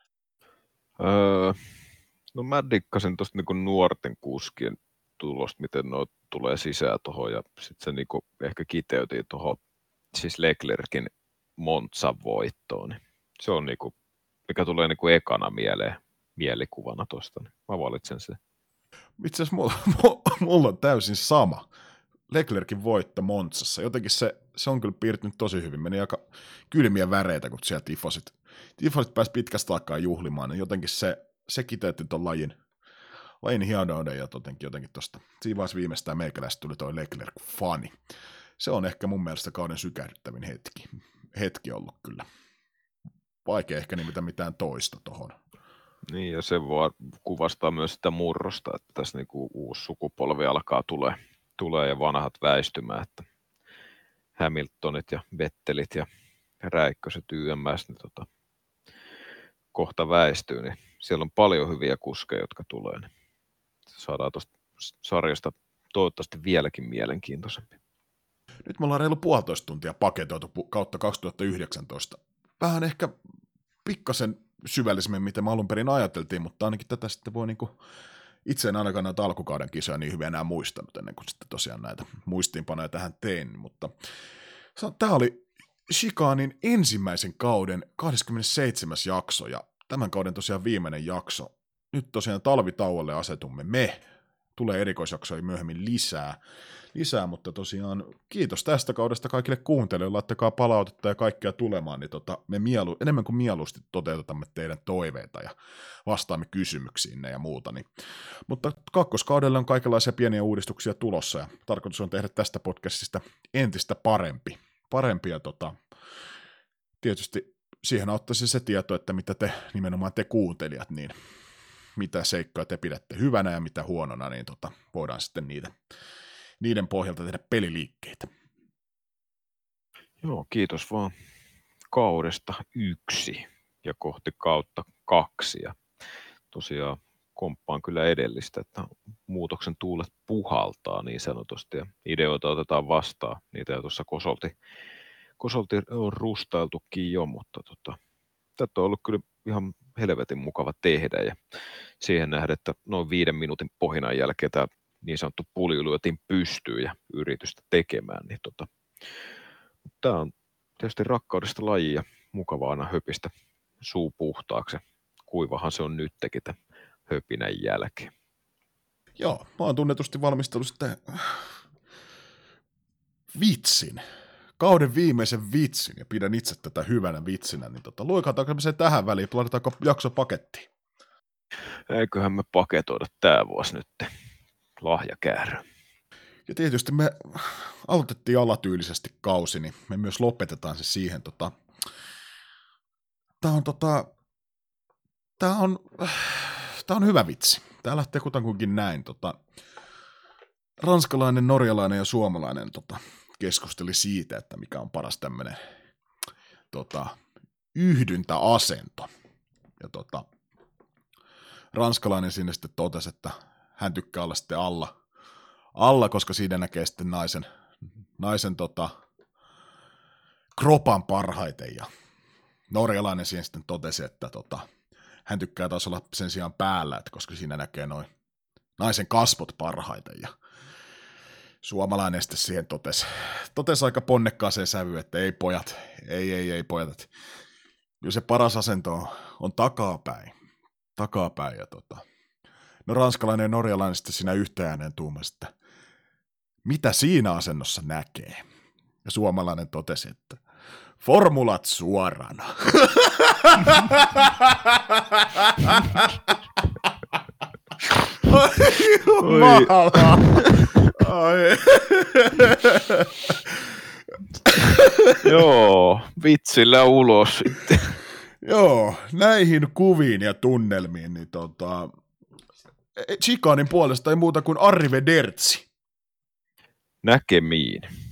No mä dikkasin tuosta niinku nuorten kuskien tulosta, miten ne tulee sisään tuohon, ja sitten se niinku ehkä kiteytiin tuohon siis Leclerkin Monzan voittoon. Niin se on niinku, mikä tulee niinku ekana mielikuvana tuosta, niin mä valitsen sen. Itse asiassa mulla on täysin sama. Leclerkin voitto Monzassa. Jotenkin se on kyllä piirtynyt tosi hyvin. Meni aika kylmiä väreitä, kun siellä tifosit pääsi pitkästä aikaa juhlimaan. Niin jotenkin se kiteytti ton lajin hienouden ja jotenkin tosta. Siinä vaiheessa viimeistään meikäläistä tuli toi Leclerc-fani. Se on ehkä mun mielestä kauden sykähdyttävin hetki ollut kyllä. Vaikea ehkä nimetä mitään toista tohon. Niin, ja se kuvastaa myös sitä murrosta, että tässä niinku uusi sukupolvi alkaa tulee ja vanhat väistymään, että Hamiltonit ja Vettelit ja Räikköset YMS, niin kohta väistyy, niin siellä on paljon hyviä kuskeja, jotka tulee. Niin saadaan tuosta sarjasta toivottavasti vieläkin mielenkiintoisempi. Nyt me ollaan reilu 1,5 tuntia paketoitu kautta 2019. Vähän ehkä pikkasen syvällisemmin, mitä me alun perin ajateltiin, mutta ainakin tätä sitten voi niinku itse en ainakaan näitä alkukauden kisoja niin hyvin enää muistanut, ennen kuin sitten tosiaan näitä muistiinpanoja tähän tein, mutta tämä oli Chicanin ensimmäisen kauden 27. jakso, ja tämän kauden tosiaan viimeinen jakso. Nyt tosiaan talvitauolle asetumme me. Tulee erikoisjaksoja myöhemmin lisää, mutta tosiaan kiitos tästä kaudesta kaikille kuuntelijoille, laittakaa palautetta ja kaikkea tulemaan, niin me enemmän kuin mieluusti toteutamme teidän toiveita ja vastaamme kysymyksiinne ja muuta. Niin. Mutta kakkoskaudelle on kaikenlaisia pieniä uudistuksia tulossa ja tarkoitus on tehdä tästä podcastista entistä parempi ja tietysti siihen auttaisi se tieto, että mitä nimenomaan te kuuntelijat, niin mitä seikkoja te pidätte hyvänä ja mitä huonona, niin voidaan sitten niiden pohjalta tehdä peliliikkeitä. Joo, kiitos vaan kaudesta 1 ja kohti kautta 2. Ja tosiaan komppaan kyllä edellistä, että muutoksen tuulet puhaltaa niin sanotusti ja ideoita otetaan vastaan. Niitä jo tuossa kosolti on rustailtukin jo, mutta tätä on ollut kyllä ihan helvetin mukava tehdä ja siihen nähdä, että noin 5 minuutin pohinan jälkeen tämä niin sanottu puli lyötiin pystyyn ja yritystä tekemään, niin tämä on tietysti rakkaudesta laji ja mukava aina höpistä suu puhtaaksi. Kuivahan se on nytkin tämän höpinän jälkeen. Joo, mä oon tunnetusti valmistellut sitten vitsin, kauden viimeisen vitsin, ja pidän itse tätä hyvänä vitsinä, niin luikataanko me se tähän väliin, laitetaanko jakso pakettiin? Eiköhän me paketoida tää vuosi nyt lahjakäärö. Ja tietysti me aloitettiin alatyylisesti kausi, niin me myös lopetetaan se siihen. Tää on hyvä vitsi. Tää lähtee kutakuinkin näin. Ranskalainen, norjalainen ja suomalainen keskusteli siitä, että mikä on paras tämmönen yhdyntäasento. Ja ranskalainen sinne sitten totesi, että hän tykkää olla sitten alla, koska siinä näkee sitten naisen kropan parhaiten, ja norjalainen siihen sitten totesi, että hän tykkää taas olla sen sijaan päällä, että koska siinä näkee noin naisen kasvot parhaiten, ja suomalainen sitten siihen totesi aika ponnekkaaseen sävyyn, että ei pojat, ei pojat, että kyllä se paras asento on takapäin, ja no ranskalainen ja norjalainen sitten siinä yhtä ääneen tuumasi, että mitä siinä asennossa näkee? Ja suomalainen totesi, että formulat suorana. Jumala. Joo, vitsillä ulos sitten. Joo, näihin kuviin ja tunnelmiin, niin Chicanin puolesta ei muuta kuin arrivederci. Näkemiin.